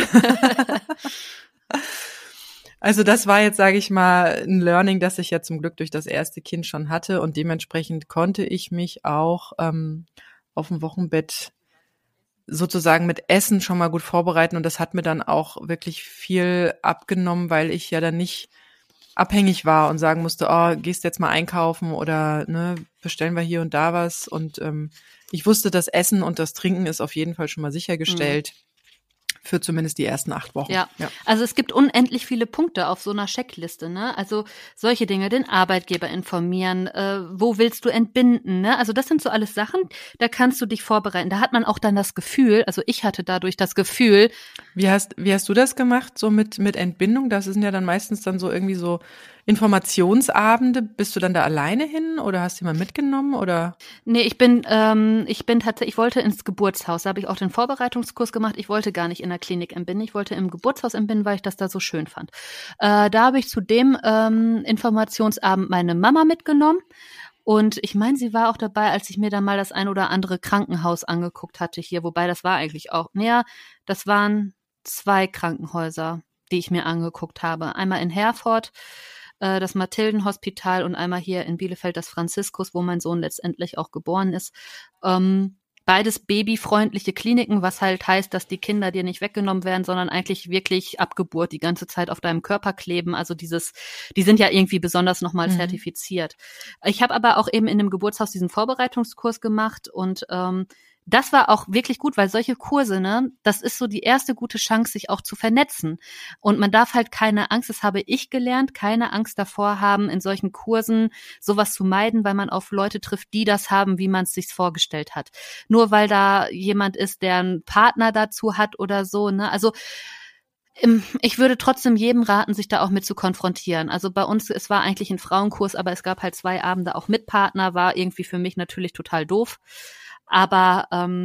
Also das war jetzt, sage ich mal, ein Learning, das ich ja zum Glück durch das erste Kind schon hatte und dementsprechend konnte ich mich auch auf dem Wochenbett sozusagen mit Essen schon mal gut vorbereiten und das hat mir dann auch wirklich viel abgenommen, weil ich ja dann nicht abhängig war und sagen musste, oh, gehst jetzt mal einkaufen oder ne, bestellen wir hier und da was. Und ich wusste, das Essen und das Trinken ist auf jeden Fall schon mal sichergestellt. Für zumindest die ersten 8 Wochen. Ja, also es gibt unendlich viele Punkte auf so einer Checkliste, ne? Also solche Dinge, den Arbeitgeber informieren, wo willst du entbinden, ne? Also das sind so alles Sachen, da kannst du dich vorbereiten. Da hat man auch dann das Gefühl, also ich hatte dadurch das Gefühl. Wie hast du das gemacht, so mit Entbindung? Das sind ja dann meistens dann so irgendwie so Informationsabende. Bist du dann da alleine hin oder hast du jemanden mitgenommen oder? Nee, ich bin tatsächlich, ich wollte ins Geburtshaus, da habe ich auch den Vorbereitungskurs gemacht. Ich wollte gar nicht in der Klinik entbinden, ich wollte im Geburtshaus entbinden, weil ich das da so schön fand. Da habe ich zu dem Informationsabend meine Mama mitgenommen. Und ich meine, sie war auch dabei, als ich mir dann mal das ein oder andere Krankenhaus angeguckt hatte hier, wobei das war eigentlich auch, naja, das waren 2 Krankenhäuser, die ich mir angeguckt habe. Einmal in Herford, das Mathildenhospital und einmal hier in Bielefeld das Franziskus, wo mein Sohn letztendlich auch geboren ist. Beides babyfreundliche Kliniken, was halt heißt, dass die Kinder dir nicht weggenommen werden, sondern eigentlich wirklich ab Geburt die ganze Zeit auf deinem Körper kleben. Also die sind ja irgendwie besonders nochmal zertifiziert. Ich habe aber auch eben in dem Geburtshaus diesen Vorbereitungskurs gemacht und das war auch wirklich gut, weil solche Kurse, ne, das ist so die erste gute Chance, sich auch zu vernetzen. Und man darf halt keine Angst, das habe ich gelernt, keine Angst davor haben, in solchen Kursen sowas zu meiden, weil man auf Leute trifft, die das haben, wie man es sich vorgestellt hat. Nur weil da jemand ist, der einen Partner dazu hat oder so, ne, also ich würde trotzdem jedem raten, sich da auch mit zu konfrontieren. Also bei uns, es war eigentlich ein Frauenkurs, aber es gab halt 2 Abende auch mit Partner, war irgendwie für mich natürlich total doof. Aber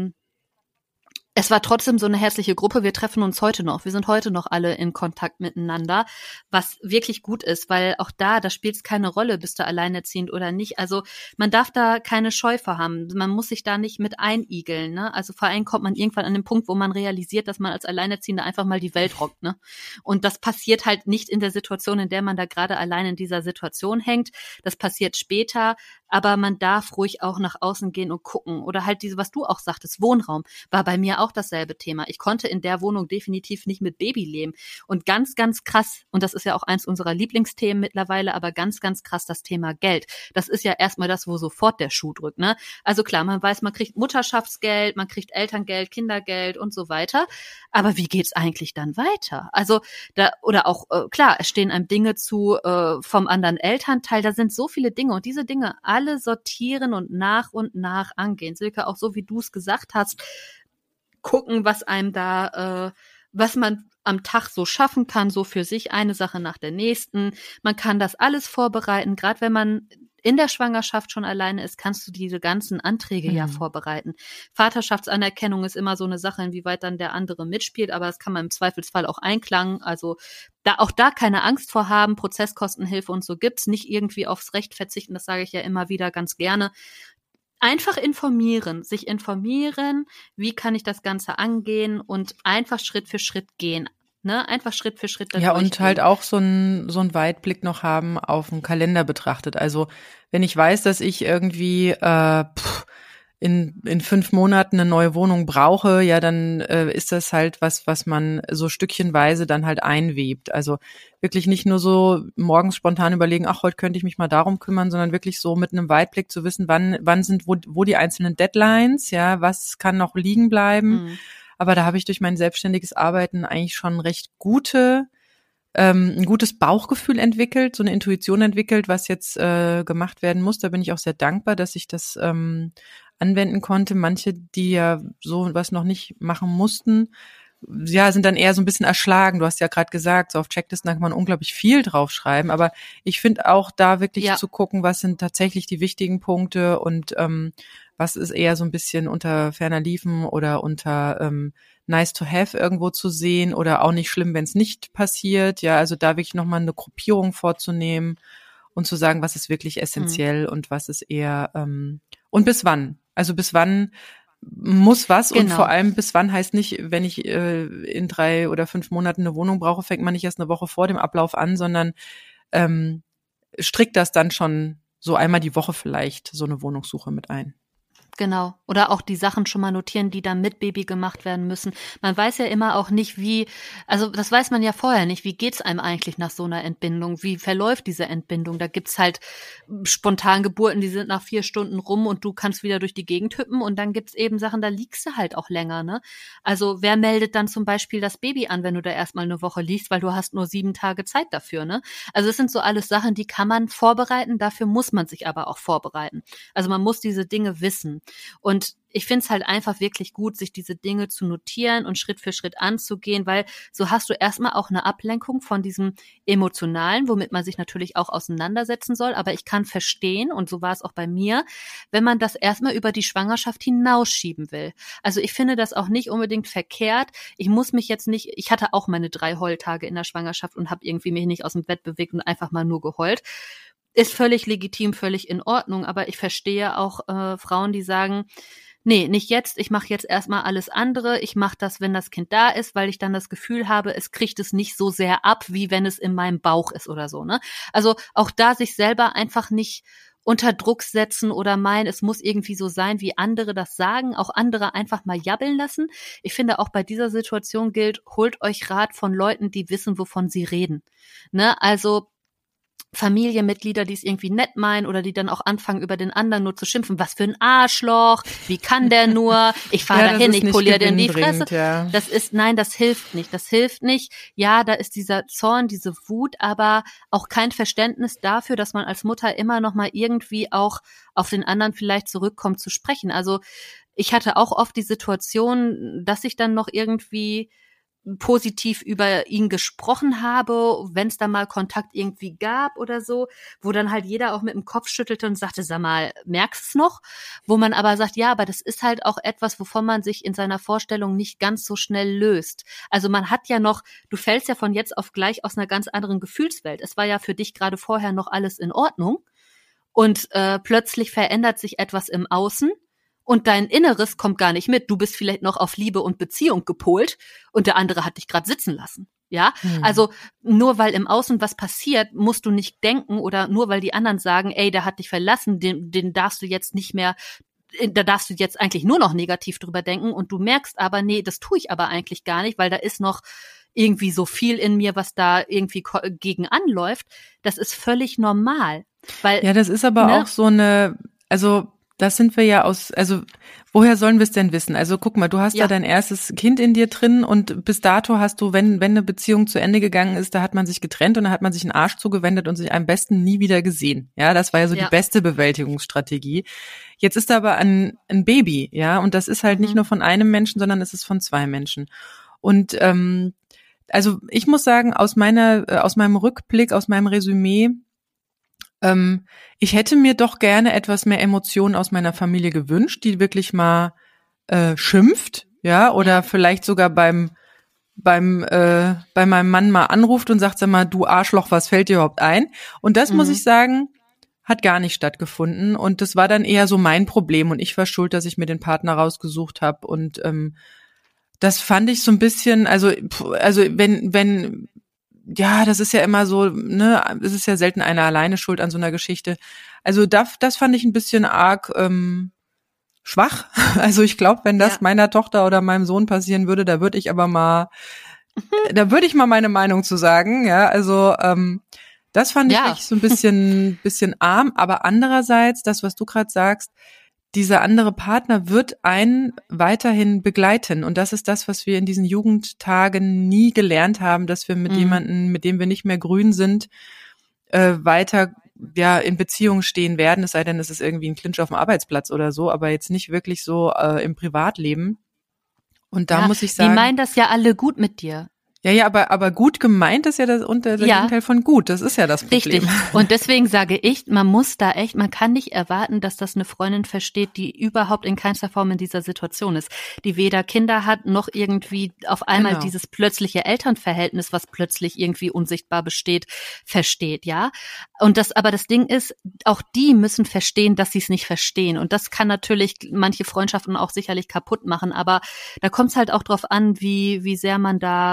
es war trotzdem so eine herzliche Gruppe. Wir treffen uns heute noch. Wir sind heute noch alle in Kontakt miteinander, was wirklich gut ist, weil auch da spielt es keine Rolle, bist du alleinerziehend oder nicht. Also man darf da keine Scheu vor haben. Man muss sich da nicht mit einigeln, ne? Also vor allem kommt man irgendwann an den Punkt, wo man realisiert, dass man als Alleinerziehende einfach mal die Welt rockt, ne? Und das passiert halt nicht in der Situation, in der man da gerade allein in dieser Situation hängt. Das passiert später, aber man darf ruhig auch nach außen gehen und gucken. Oder halt was du auch sagtest, Wohnraum, war bei mir auch dasselbe Thema. Ich konnte in der Wohnung definitiv nicht mit Baby leben. Und ganz, ganz krass, und das ist ja auch eins unserer Lieblingsthemen mittlerweile, aber ganz, ganz krass das Thema Geld. Das ist ja erstmal das, wo sofort der Schuh drückt, ne? Also klar, man weiß, man kriegt Mutterschaftsgeld, man kriegt Elterngeld, Kindergeld und so weiter. Aber wie geht's eigentlich dann weiter? Also oder auch, klar, es stehen einem Dinge zu vom anderen Elternteil. Da sind so viele Dinge und diese Dinge alle sortieren und nach angehen. Silke, auch so wie du es gesagt hast, gucken, was einem da, was man am Tag so schaffen kann, so für sich, eine Sache nach der nächsten. Man kann das alles vorbereiten, gerade wenn man in der Schwangerschaft schon alleine ist, kannst du diese ganzen Anträge ja vorbereiten. Vaterschaftsanerkennung ist immer so eine Sache, inwieweit dann der andere mitspielt, aber das kann man im Zweifelsfall auch einklagen. Also auch da keine Angst vor haben, Prozesskostenhilfe und so gibt's, nicht irgendwie aufs Recht verzichten, das sage ich ja immer wieder ganz gerne. Einfach informieren, sich informieren, wie kann ich das Ganze angehen und einfach Schritt für Schritt gehen. Ne? Einfach Schritt für Schritt. Ja, und halt auch so ein Weitblick noch haben auf den Kalender betrachtet. Also wenn ich weiß, dass ich irgendwie in 5 Monaten eine neue Wohnung brauche, ja, dann ist das halt was man so stückchenweise dann halt einwebt. Also wirklich nicht nur so morgens spontan überlegen, ach, heute könnte ich mich mal darum kümmern, sondern wirklich so mit einem Weitblick zu wissen, wann sind wo die einzelnen Deadlines, ja, was kann noch liegen bleiben. Aber da habe ich durch mein selbstständiges Arbeiten eigentlich schon recht ein gutes Bauchgefühl entwickelt, so eine Intuition entwickelt, was jetzt gemacht werden muss. Da bin ich auch sehr dankbar, dass ich das anwenden konnte. Manche, die ja so was noch nicht machen mussten, ja, sind dann eher so ein bisschen erschlagen. Du hast ja gerade gesagt, so auf Checklisten kann man unglaublich viel draufschreiben, aber ich finde auch da wirklich zu gucken, was sind tatsächlich die wichtigen Punkte und was ist eher so ein bisschen unter ferner Liefen oder unter nice to have irgendwo zu sehen oder auch nicht schlimm, wenn es nicht passiert. Ja, also da wirklich nochmal eine Gruppierung vorzunehmen und zu sagen, was ist wirklich essentiell und was ist eher und bis wann. Also bis wann muss was und vor allem bis wann heißt nicht, wenn ich in 3 oder 5 Monaten eine Wohnung brauche, fängt man nicht erst eine Woche vor dem Ablauf an, sondern strickt das dann schon so einmal die Woche vielleicht so eine Wohnungssuche mit ein. Genau. Oder auch die Sachen schon mal notieren, die dann mit Baby gemacht werden müssen. Man weiß ja immer auch nicht, also das weiß man ja vorher nicht, wie geht's einem eigentlich nach so einer Entbindung? Wie verläuft diese Entbindung? Da gibt's halt Spontangeburten, die sind nach 4 Stunden rum und du kannst wieder durch die Gegend hüppen, und dann gibt's eben Sachen, da liegst du halt auch länger, ne? Also wer meldet dann zum Beispiel das Baby an, wenn du da erstmal eine Woche liegst, weil du hast nur 7 Tage Zeit dafür, ne? Also es sind so alles Sachen, die kann man vorbereiten, dafür muss man sich aber auch vorbereiten. Also man muss diese Dinge wissen. Und ich finde es halt einfach wirklich gut, sich diese Dinge zu notieren und Schritt für Schritt anzugehen, weil so hast du erstmal auch eine Ablenkung von diesem Emotionalen, womit man sich natürlich auch auseinandersetzen soll. Aber ich kann verstehen, und so war es auch bei mir, wenn man das erstmal über die Schwangerschaft hinausschieben will. Also ich finde das auch nicht unbedingt verkehrt. Ich hatte auch meine 3 Heultage in der Schwangerschaft und habe irgendwie mich nicht aus dem Bett bewegt und einfach mal nur geheult. Ist völlig legitim, völlig in Ordnung, aber ich verstehe auch Frauen, die sagen, nee, nicht jetzt, ich mache jetzt erstmal alles andere, ich mache das, wenn das Kind da ist, weil ich dann das Gefühl habe, es kriegt es nicht so sehr ab, wie wenn es in meinem Bauch ist oder so, ne? Also auch da sich selber einfach nicht unter Druck setzen oder meinen, es muss irgendwie so sein, wie andere das sagen, auch andere einfach mal jabbeln lassen. Ich finde, auch bei dieser Situation gilt, holt euch Rat von Leuten, die wissen, wovon sie reden, ne? Also Familienmitglieder, die es irgendwie nett meinen oder die dann auch anfangen, über den anderen nur zu schimpfen. Was für ein Arschloch, wie kann der nur? Ich fahre dahin, ich poliere dir in die Fresse. Ja. Das hilft nicht. Das hilft nicht. Ja, da ist dieser Zorn, diese Wut, aber auch kein Verständnis dafür, dass man als Mutter immer noch mal irgendwie auch auf den anderen vielleicht zurückkommt zu sprechen. Also ich hatte auch oft die Situation, dass ich dann noch irgendwie positiv über ihn gesprochen habe, wenn es da mal Kontakt irgendwie gab oder so, wo dann halt jeder auch mit dem Kopf schüttelte und sagte, sag mal, merkst du es noch? Wo man aber sagt, ja, aber das ist halt auch etwas, wovon man sich in seiner Vorstellung nicht ganz so schnell löst. Also man hat ja noch, du fällst ja von jetzt auf gleich aus einer ganz anderen Gefühlswelt. Es war ja für dich gerade vorher noch alles in Ordnung und plötzlich verändert sich etwas im Außen. Und dein Inneres kommt gar nicht mit. Du bist vielleicht noch auf Liebe und Beziehung gepolt und der andere hat dich gerade sitzen lassen. Ja, also nur weil im Außen was passiert, musst du nicht denken, oder nur weil die anderen sagen, ey, der hat dich verlassen, den darfst du jetzt nicht mehr, da darfst du jetzt eigentlich nur noch negativ drüber denken, und du merkst aber, nee, das tue ich aber eigentlich gar nicht, weil da ist noch irgendwie so viel in mir, was da irgendwie gegen anläuft. Das ist völlig normal. Weil, ja, das ist aber auch so eine, also das sind wir ja also woher sollen wir es denn wissen? Also guck mal, du hast da dein erstes Kind in dir drin, und bis dato hast du, wenn eine Beziehung zu Ende gegangen ist, da hat man sich getrennt und da hat man sich einen Arsch zugewendet und sich am besten nie wieder gesehen. Ja, das war ja so die beste Bewältigungsstrategie. Jetzt ist da aber ein Baby, ja, und das ist halt nicht nur von einem Menschen, sondern es ist von 2 Menschen. Und also ich muss sagen, aus meinem Rückblick, aus meinem Resümee, ich hätte mir doch gerne etwas mehr Emotionen aus meiner Familie gewünscht, die wirklich mal schimpft, ja, oder vielleicht sogar bei meinem Mann mal anruft und sagt, sag mal, du Arschloch, was fällt dir überhaupt ein? Und das muss ich sagen, hat gar nicht stattgefunden, und das war dann eher so mein Problem, und ich war schuld, dass ich mir den Partner rausgesucht habe, und das fand ich so ein bisschen, also wenn ja, das ist ja immer so, ne, es ist ja selten einer alleine schuld an so einer Geschichte. Also das fand ich ein bisschen arg schwach. Also ich glaube, wenn das meiner Tochter oder meinem Sohn passieren würde, da würde ich mal meine Meinung zu sagen, ja, also das fand ich echt so ein bisschen arm, aber andererseits, das, was du gerade sagst, dieser andere Partner wird einen weiterhin begleiten. Und das ist das, was wir in diesen Jugendtagen nie gelernt haben, dass wir mit jemandem, mit dem wir nicht mehr grün sind, weiter in Beziehung stehen werden. Es sei denn, es ist irgendwie ein Clinch auf dem Arbeitsplatz oder so, aber jetzt nicht wirklich so im Privatleben. Und da muss ich sagen, die meinen das ja alle gut mit dir. Ja, aber gut gemeint ist ja der Gegenteil von gut. Das ist ja das Problem. Richtig. Und deswegen sage ich, man kann nicht erwarten, dass das eine Freundin versteht, die überhaupt in keinster Form in dieser Situation ist. Die weder Kinder hat, noch irgendwie auf einmal dieses plötzliche Elternverhältnis, was plötzlich irgendwie unsichtbar besteht, versteht, ja. Aber das Ding ist, auch die müssen verstehen, dass sie es nicht verstehen. Und das kann natürlich manche Freundschaften auch sicherlich kaputt machen. Aber da kommt es halt auch drauf an, wie sehr man da eben auch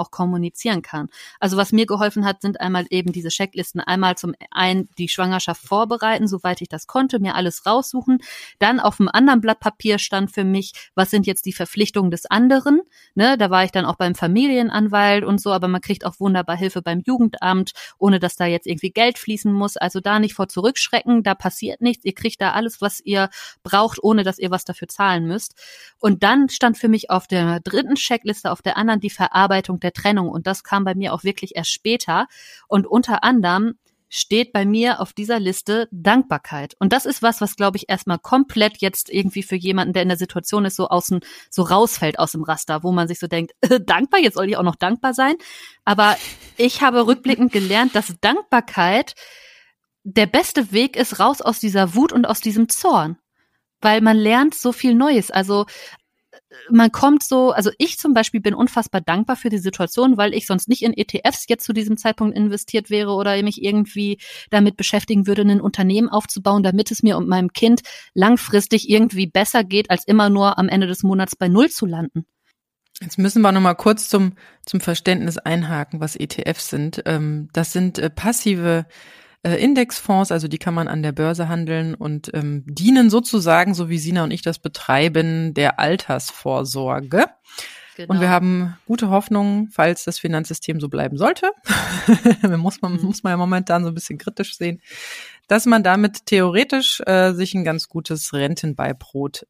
auch kommunizieren kann. Also was mir geholfen hat, sind einmal eben diese Checklisten. Einmal zum einen die Schwangerschaft vorbereiten, soweit ich das konnte, mir alles raussuchen. Dann auf einem anderen Blatt Papier stand für mich, was sind jetzt die Verpflichtungen des anderen. Ne, da war ich dann auch beim Familienanwalt und so, aber man kriegt auch wunderbar Hilfe beim Jugendamt, ohne dass da jetzt irgendwie Geld fließen muss. Also da nicht vor zurückschrecken, da passiert nichts. Ihr kriegt da alles, was ihr braucht, ohne dass ihr was dafür zahlen müsst. Und dann stand für mich auf der dritten Checkliste, auf der anderen die Verarbeitung der Trennung. Und das kam bei mir auch wirklich erst später. Und unter anderem steht bei mir auf dieser Liste Dankbarkeit. Und das ist was glaube ich erstmal komplett jetzt irgendwie für jemanden, der in der Situation ist, so rausfällt aus dem Raster, wo man sich so denkt, dankbar, jetzt soll ich auch noch dankbar sein. Aber ich habe rückblickend gelernt, dass Dankbarkeit der beste Weg ist, raus aus dieser Wut und aus diesem Zorn. Weil man lernt so viel Neues. Also man kommt so, also ich zum Beispiel bin unfassbar dankbar für die Situation, weil ich sonst nicht in ETFs jetzt zu diesem Zeitpunkt investiert wäre oder mich irgendwie damit beschäftigen würde, ein Unternehmen aufzubauen, damit es mir und meinem Kind langfristig irgendwie besser geht, als immer nur am Ende des Monats bei Null zu landen. Jetzt müssen wir noch mal kurz zum Verständnis einhaken, was ETFs sind. Das sind passive Indexfonds, also die kann man an der Börse handeln und dienen sozusagen, so wie Sina und ich das betreiben, der Altersvorsorge. Genau. Und wir haben gute Hoffnung, falls das Finanzsystem so bleiben sollte, muss man ja momentan so ein bisschen kritisch sehen, dass man damit theoretisch sich ein ganz gutes Rentenbeibrot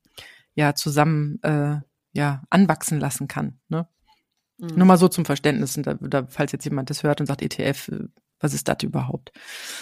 zusammen anwachsen lassen kann. Ne? Nur mal so zum Verständnis, falls jetzt jemand das hört und sagt, ETF, was ist das überhaupt?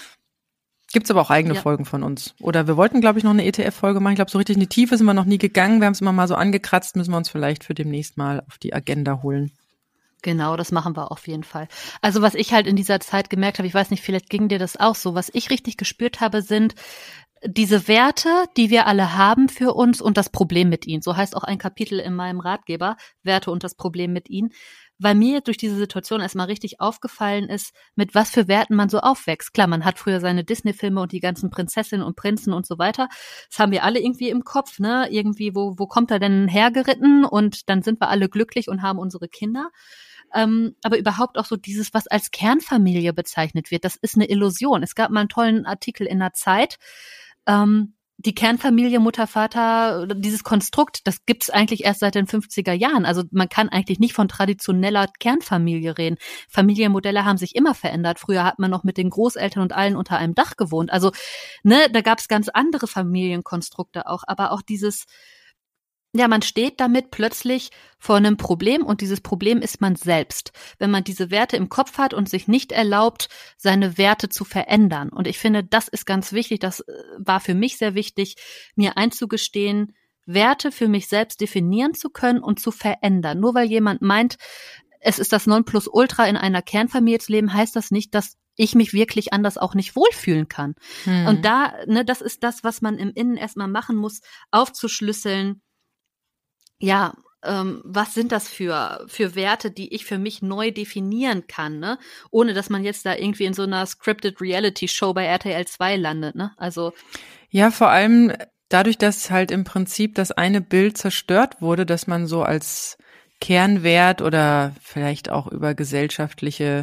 Gibt's aber auch eigene Folgen von uns. Oder wir wollten, glaube ich, noch eine ETF-Folge machen. Ich glaube, so richtig in die Tiefe sind wir noch nie gegangen. Wir haben es immer mal so angekratzt, müssen wir uns vielleicht für demnächst mal auf die Agenda holen. Genau, das machen wir auf jeden Fall. Also was ich halt in dieser Zeit gemerkt habe, ich weiß nicht, vielleicht ging dir das auch so, was ich richtig gespürt habe, sind diese Werte, die wir alle haben für uns und das Problem mit ihnen. So heißt auch ein Kapitel in meinem Ratgeber, Werte und das Problem mit ihnen. Weil mir durch diese Situation erstmal richtig aufgefallen ist, mit was für Werten man so aufwächst. Klar, man hat früher seine Disney-Filme und die ganzen Prinzessinnen und Prinzen und so weiter. Das haben wir alle irgendwie im Kopf, ne? Irgendwie, wo kommt er denn hergeritten? Und dann sind wir alle glücklich und haben unsere Kinder. Aber überhaupt auch so dieses, was als Kernfamilie bezeichnet wird, das ist eine Illusion. Es gab mal einen tollen Artikel in der Zeit, die Kernfamilie, Mutter, Vater, dieses Konstrukt, das gibt's eigentlich erst seit den 50er Jahren. Also man kann eigentlich nicht von traditioneller Kernfamilie reden. Familienmodelle haben sich immer verändert. Früher hat man noch mit den Großeltern und allen unter einem Dach gewohnt. Also da gab's ganz andere Familienkonstrukte auch. Aber auch dieses, man steht damit plötzlich vor einem Problem und dieses Problem ist man selbst, wenn man diese Werte im Kopf hat und sich nicht erlaubt, seine Werte zu verändern. Und ich finde, das ist ganz wichtig, das war für mich sehr wichtig, mir einzugestehen, Werte für mich selbst definieren zu können und zu verändern. Nur weil jemand meint, es ist das Nonplusultra in einer Kernfamilie zu leben, heißt das nicht, dass ich mich wirklich anders auch nicht wohlfühlen kann. Und das ist das, was man im Innen erstmal machen muss, aufzuschlüsseln, was sind das für Werte, die ich für mich neu definieren kann, ne? Ohne dass man jetzt da irgendwie in so einer scripted Reality Show bei RTL 2 landet, ne? Also ja, vor allem dadurch, dass halt im Prinzip das eine Bild zerstört wurde, dass man so als Kernwert oder vielleicht auch über gesellschaftliche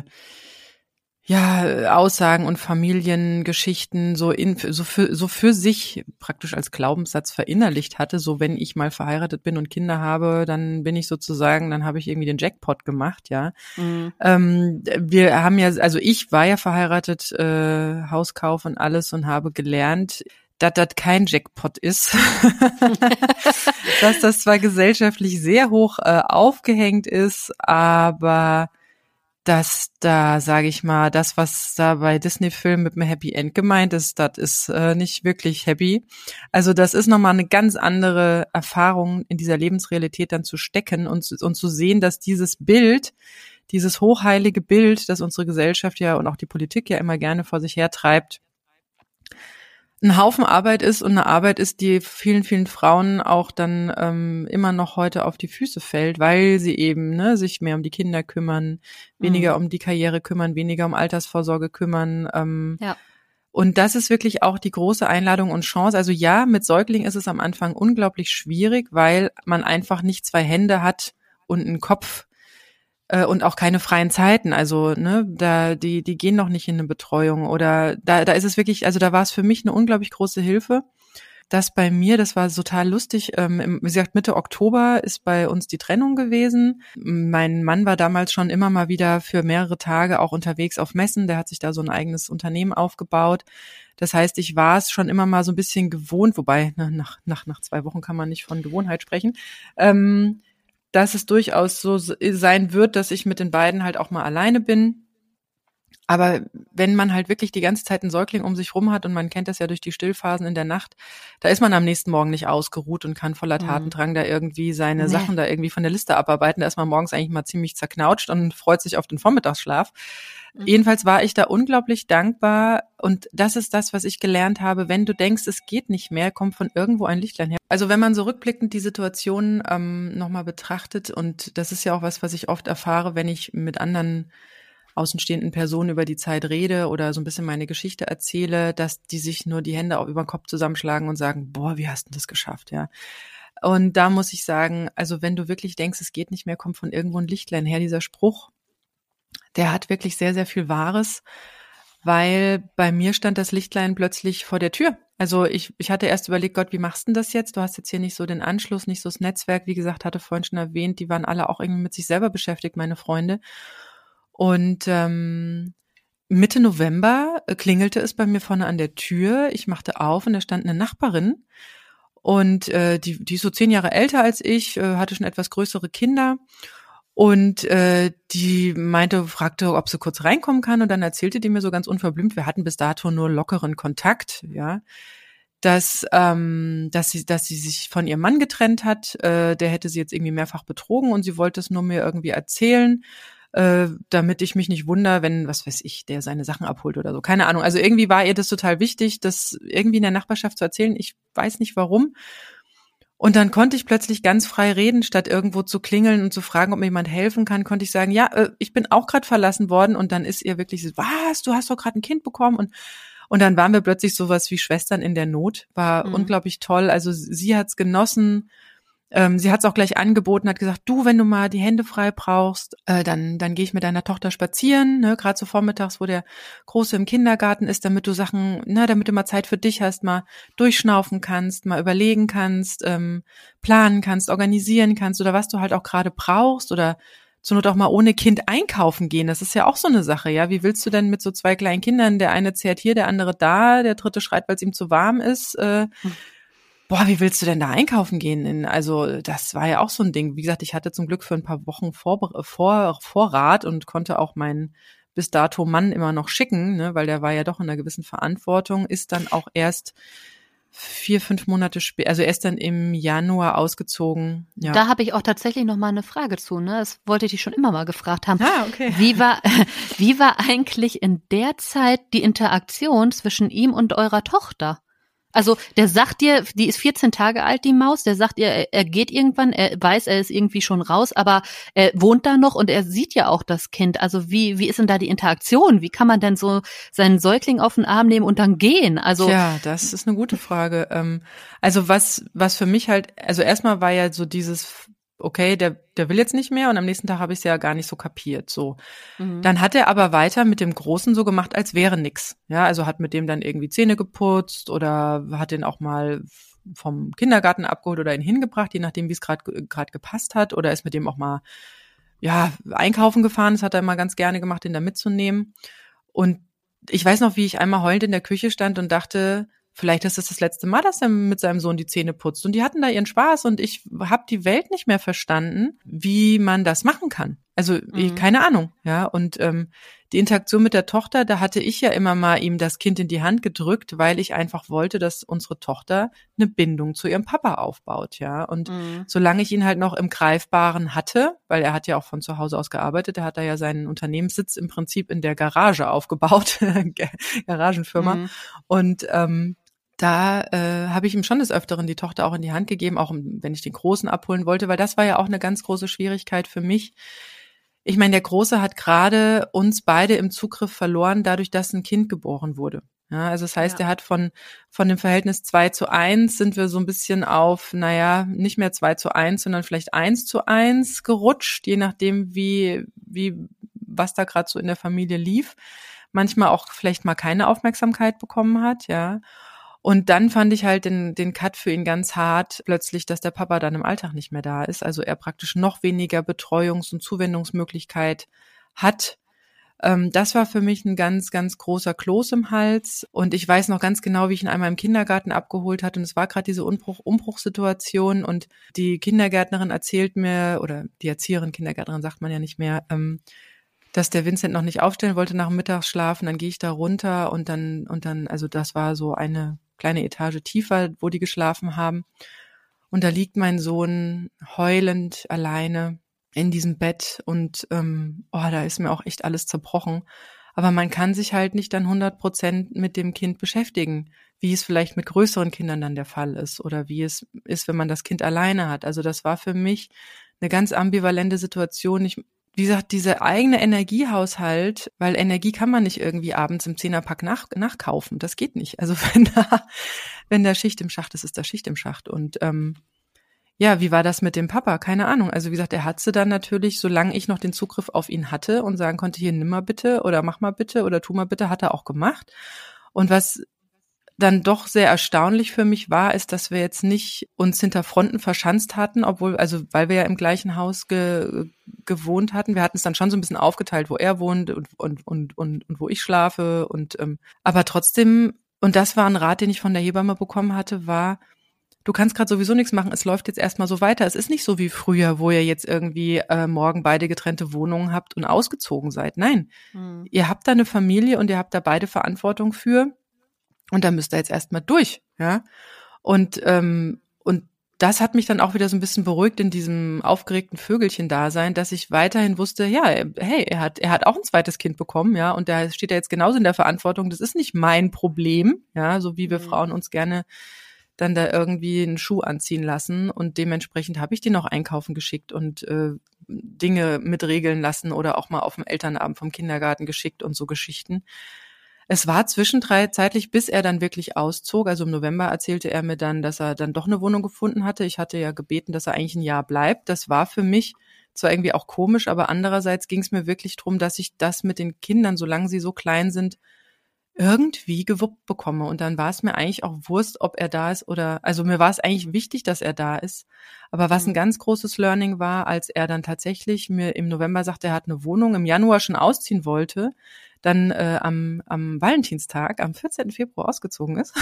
Aussagen und Familiengeschichten so für sich praktisch als Glaubenssatz verinnerlicht hatte, so wenn ich mal verheiratet bin und Kinder habe, dann bin ich sozusagen, dann habe ich irgendwie den Jackpot gemacht, ja. Mhm. Wir haben also ich war ja verheiratet, Hauskauf und alles und habe gelernt, dass das kein Jackpot ist, dass das zwar gesellschaftlich sehr hoch aufgehängt ist, aber dass da, sage ich mal, das, was da bei Disney-Filmen mit einem Happy End gemeint ist, das ist nicht wirklich happy. Also das ist nochmal eine ganz andere Erfahrung, in dieser Lebensrealität dann zu stecken und zu sehen, dass dieses Bild, dieses hochheilige Bild, das unsere Gesellschaft ja und auch die Politik ja immer gerne vor sich hertreibt, ein Haufen Arbeit ist und eine Arbeit ist, die vielen, vielen Frauen auch dann immer noch heute auf die Füße fällt, weil sie eben sich mehr um die Kinder kümmern, weniger um die Karriere kümmern, weniger um Altersvorsorge kümmern. Und das ist wirklich auch die große Einladung und Chance. Also ja, mit Säuglingen ist es am Anfang unglaublich schwierig, weil man einfach nicht zwei Hände hat und einen Kopf, und auch keine freien Zeiten. Also ne, die gehen noch nicht in eine Betreuung oder da ist es wirklich, also da war es für mich eine unglaublich große Hilfe. Das bei mir, das war total lustig. Wie gesagt, Mitte Oktober ist bei uns die Trennung gewesen. Mein Mann war damals schon immer mal wieder für mehrere Tage auch unterwegs auf Messen. Der hat sich da so ein eigenes Unternehmen aufgebaut. Das heißt, ich war es schon immer mal so ein bisschen gewohnt, wobei nach 2 Wochen kann man nicht von Gewohnheit sprechen, dass es durchaus so sein wird, dass ich mit den beiden halt auch mal alleine bin. Aber wenn man halt wirklich die ganze Zeit einen Säugling um sich rum hat und man kennt das ja durch die Stillphasen in der Nacht, da ist man am nächsten Morgen nicht ausgeruht und kann voller Tatendrang da irgendwie seine Sachen da irgendwie von der Liste abarbeiten. Da ist man morgens eigentlich mal ziemlich zerknautscht und freut sich auf den Vormittagsschlaf. Jedenfalls war ich da unglaublich dankbar und das ist das, was ich gelernt habe. Wenn du denkst, es geht nicht mehr, kommt von irgendwo ein Lichtlein her. Also wenn man so rückblickend die Situation nochmal betrachtet und das ist ja auch was ich oft erfahre, wenn ich mit anderen außenstehenden Personen über die Zeit rede oder so ein bisschen meine Geschichte erzähle, dass die sich nur die Hände auch über den Kopf zusammenschlagen und sagen, boah, wie hast du das geschafft, ja. Und da muss ich sagen, also wenn du wirklich denkst, es geht nicht mehr, kommt von irgendwo ein Lichtlein her, dieser Spruch, der hat wirklich sehr, sehr viel Wahres, weil bei mir stand das Lichtlein plötzlich vor der Tür. Also ich hatte erst überlegt, Gott, wie machst du denn das jetzt? Du hast jetzt hier nicht so den Anschluss, nicht so das Netzwerk, wie gesagt, hatte vorhin schon erwähnt, die waren alle auch irgendwie mit sich selber beschäftigt, meine Freunde. Und Mitte November klingelte es bei mir vorne an der Tür. Ich machte auf und da stand eine Nachbarin und die ist so 10 Jahre älter als ich, hatte schon etwas größere Kinder und die fragte, ob sie kurz reinkommen kann und dann erzählte die mir so ganz unverblümt, wir hatten bis dato nur lockeren Kontakt, ja, dass sie sich von ihrem Mann getrennt hat, der hätte sie jetzt irgendwie mehrfach betrogen und sie wollte es nur mir irgendwie erzählen, damit ich mich nicht wundere, wenn, was weiß ich, der seine Sachen abholt oder so. Keine Ahnung. Also irgendwie war ihr das total wichtig, das irgendwie in der Nachbarschaft zu erzählen. Ich weiß nicht warum. Und dann konnte ich plötzlich ganz frei reden, statt irgendwo zu klingeln und zu fragen, ob mir jemand helfen kann, konnte ich sagen, ja, ich bin auch gerade verlassen worden. Und dann ist ihr wirklich so, was, du hast doch gerade ein Kind bekommen? Und dann waren wir plötzlich sowas wie Schwestern in der Not. War unglaublich toll. Also sie hat's genossen. Sie hat es auch gleich angeboten, hat gesagt, du, wenn du mal die Hände frei brauchst, dann gehe ich mit deiner Tochter spazieren, ne, gerade so vormittags, wo der Große im Kindergarten ist, damit du mal Zeit für dich hast, mal durchschnaufen kannst, mal überlegen kannst, planen kannst, organisieren kannst oder was du halt auch gerade brauchst oder zur Not auch mal ohne Kind einkaufen gehen. Das ist ja auch so eine Sache, ja. Wie willst du denn mit so 2 kleinen Kindern, der eine zehrt hier, der andere da, der dritte schreit, weil es ihm zu warm ist, boah, wie willst du denn da einkaufen gehen? Also das war ja auch so ein Ding. Wie gesagt, ich hatte zum Glück für ein paar Wochen Vorrat und konnte auch meinen bis dato Mann immer noch schicken, ne, weil der war ja doch in einer gewissen Verantwortung, ist dann auch erst 4, 5 Monate später, also erst dann im Januar ausgezogen. Ja. Da habe ich auch tatsächlich noch mal eine Frage zu, ne? Das wollte ich dich schon immer mal gefragt haben. Ah, okay. Wie war eigentlich in der Zeit die Interaktion zwischen ihm und eurer Tochter? Also der sagt dir, die ist 14 Tage alt, die Maus, der sagt ihr, er geht irgendwann, er weiß, er ist irgendwie schon raus, aber er wohnt da noch und er sieht ja auch das Kind. Also wie ist denn da die Interaktion? Wie kann man denn so seinen Säugling auf den Arm nehmen und dann gehen? Also ja, das ist eine gute Frage. Also was für mich halt, also erstmal war ja so dieses, okay, der will jetzt nicht mehr und am nächsten Tag habe ich es ja gar nicht so kapiert. So. Dann hat er aber weiter mit dem Großen so gemacht, als wäre nix. Ja, also hat mit dem dann irgendwie Zähne geputzt oder hat den auch mal vom Kindergarten abgeholt oder ihn hingebracht, je nachdem, wie es gerade gepasst hat. Oder ist mit dem auch mal ja einkaufen gefahren. Das hat er immer ganz gerne gemacht, den da mitzunehmen. Und ich weiß noch, wie ich einmal heulend in der Küche stand und dachte, vielleicht ist das letzte Mal, dass er mit seinem Sohn die Zähne putzt. Und die hatten da ihren Spaß und ich habe die Welt nicht mehr verstanden, wie man das machen kann. Also keine Ahnung, ja. Und die Interaktion mit der Tochter, da hatte ich ja immer mal ihm das Kind in die Hand gedrückt, weil ich einfach wollte, dass unsere Tochter eine Bindung zu ihrem Papa aufbaut, ja. Und solange ich ihn halt noch im Greifbaren hatte, weil er hat ja auch von zu Hause aus gearbeitet, er hat da ja seinen Unternehmenssitz im Prinzip in der Garage aufgebaut, Garagenfirma. Und da habe ich ihm schon des Öfteren die Tochter auch in die Hand gegeben, auch wenn ich den Großen abholen wollte, weil das war ja auch eine ganz große Schwierigkeit für mich. Ich meine, der Große hat gerade uns beide im Zugriff verloren, dadurch, dass ein Kind geboren wurde. Ja, also das heißt, er hat von dem Verhältnis 2:1 sind wir so ein bisschen auf, nicht mehr 2:1, sondern vielleicht 1:1 gerutscht, je nachdem was da gerade so in der Familie lief. Manchmal auch vielleicht mal keine Aufmerksamkeit bekommen hat, ja. Und dann fand ich halt den Cut für ihn ganz hart, plötzlich, dass der Papa dann im Alltag nicht mehr da ist. Also er praktisch noch weniger Betreuungs- und Zuwendungsmöglichkeit hat. Das war für mich ein ganz, ganz großer Kloß im Hals. Und ich weiß noch ganz genau, wie ich ihn einmal im Kindergarten abgeholt hatte. Und es war gerade diese Umbruchssituation. Und die Kindergärtnerin erzählt mir, oder die Erzieherin, Kindergärtnerin sagt man ja nicht mehr, dass der Vincent noch nicht aufstellen wollte nach dem Mittagsschlaf. Und dann gehe ich da runter und dann, also das war so eine kleine Etage tiefer, wo die geschlafen haben. Und da liegt mein Sohn heulend alleine in diesem Bett und da ist mir auch echt alles zerbrochen. Aber man kann sich halt nicht dann 100% mit dem Kind beschäftigen, wie es vielleicht mit größeren Kindern dann der Fall ist oder wie es ist, wenn man das Kind alleine hat. Also das war für mich eine ganz ambivalente Situation. Wie gesagt, dieser eigene Energiehaushalt, weil Energie kann man nicht irgendwie abends im Zehnerpack nachkaufen. Das geht nicht. Also wenn da Schicht im Schacht ist, ist da Schicht im Schacht. Und wie war das mit dem Papa? Keine Ahnung. Also wie gesagt, er hat sie dann natürlich, solange ich noch den Zugriff auf ihn hatte und sagen konnte, hier nimm mal bitte oder mach mal bitte oder tu mal bitte, hat er auch gemacht. Und was dann doch sehr erstaunlich für mich war, ist, dass wir jetzt nicht uns hinter Fronten verschanzt hatten, weil wir ja im gleichen Haus gewohnt hatten. Wir hatten es dann schon so ein bisschen aufgeteilt, wo er wohnt und wo ich schlafe aber trotzdem, und das war ein Rat, den ich von der Hebamme bekommen hatte, war, du kannst gerade sowieso nichts machen, es läuft jetzt erstmal so weiter. Es ist nicht so wie früher, wo ihr jetzt irgendwie morgen beide getrennte Wohnungen habt und ausgezogen seid. Nein, ihr habt da eine Familie und ihr habt da beide Verantwortung für. Und da müsst ihr jetzt erstmal durch, ja. Und das hat mich dann auch wieder so ein bisschen beruhigt in diesem aufgeregten Vögelchen-Dasein, dass ich weiterhin wusste, ja, hey, er hat auch ein zweites Kind bekommen, ja, und da steht er jetzt genauso in der Verantwortung. Das ist nicht mein Problem, ja, so wie wir Frauen uns gerne dann da irgendwie einen Schuh anziehen lassen. Und dementsprechend habe ich den auch einkaufen geschickt und Dinge mitregeln lassen oder auch mal auf dem Elternabend vom Kindergarten geschickt und so Geschichten. Es war zwischenzeitlich, bis er dann wirklich auszog. Also im November erzählte er mir dann, dass er dann doch eine Wohnung gefunden hatte. Ich hatte ja gebeten, dass er eigentlich ein Jahr bleibt. Das war für mich zwar irgendwie auch komisch, aber andererseits ging es mir wirklich drum, dass ich das mit den Kindern, solange sie so klein sind, irgendwie gewuppt bekomme. Und dann war es mir eigentlich auch Wurst, ob er da ist also mir war es eigentlich wichtig, dass er da ist. Aber was ein ganz großes Learning war, als er dann tatsächlich mir im November sagte, er hat eine Wohnung, im Januar schon ausziehen wollte, dann am Valentinstag, am 14. Februar ausgezogen ist.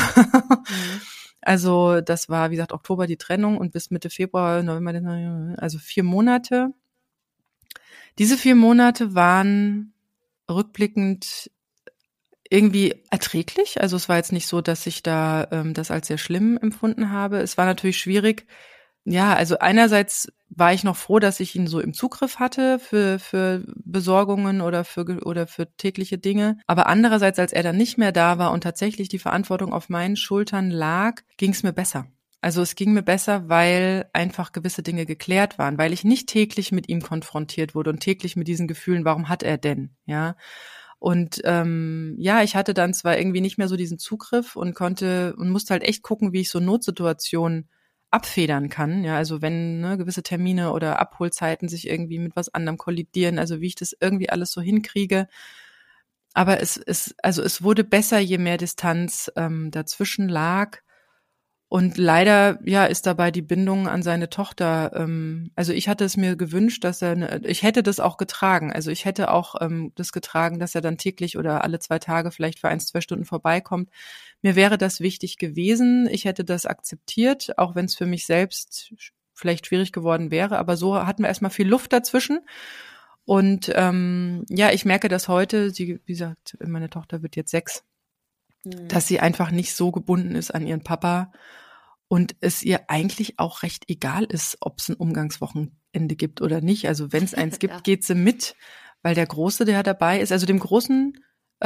Also das war, wie gesagt, Oktober die Trennung und bis Mitte Februar, November, also 4 Monate. Diese 4 Monate waren rückblickend irgendwie erträglich. Also es war jetzt nicht so, dass ich da das als sehr schlimm empfunden habe. Es war natürlich schwierig. Ja, also einerseits war ich noch froh, dass ich ihn so im Zugriff hatte für Besorgungen oder für tägliche Dinge. Aber andererseits, als er dann nicht mehr da war und tatsächlich die Verantwortung auf meinen Schultern lag, ging es mir besser. Also es ging mir besser, weil einfach gewisse Dinge geklärt waren, weil ich nicht täglich mit ihm konfrontiert wurde und täglich mit diesen Gefühlen, warum hat er denn, ja? Und ich hatte dann zwar irgendwie nicht mehr so diesen Zugriff und musste halt echt gucken, wie ich so Notsituationen abfedern kann. Ja, also wenn gewisse Termine oder Abholzeiten sich irgendwie mit was anderem kollidieren, also wie ich das irgendwie alles so hinkriege. Aber es wurde besser, je mehr Distanz dazwischen lag. Und leider, ist dabei die Bindung an seine Tochter, also ich hatte es mir gewünscht, ich hätte das auch getragen. Also ich hätte auch das getragen, dass er dann täglich oder alle 2 Tage vielleicht für 1-2 Stunden vorbeikommt. Mir wäre das wichtig gewesen. Ich hätte das akzeptiert, auch wenn es für mich selbst vielleicht schwierig geworden wäre. Aber so hatten wir erstmal viel Luft dazwischen. Und ich merke das heute, wie gesagt, meine Tochter wird jetzt 6, dass sie einfach nicht so gebunden ist an ihren Papa und es ihr eigentlich auch recht egal ist, ob es ein Umgangswochenende gibt oder nicht. Also wenn es eins gibt, geht sie mit, weil der Große, der dabei ist, also dem Großen,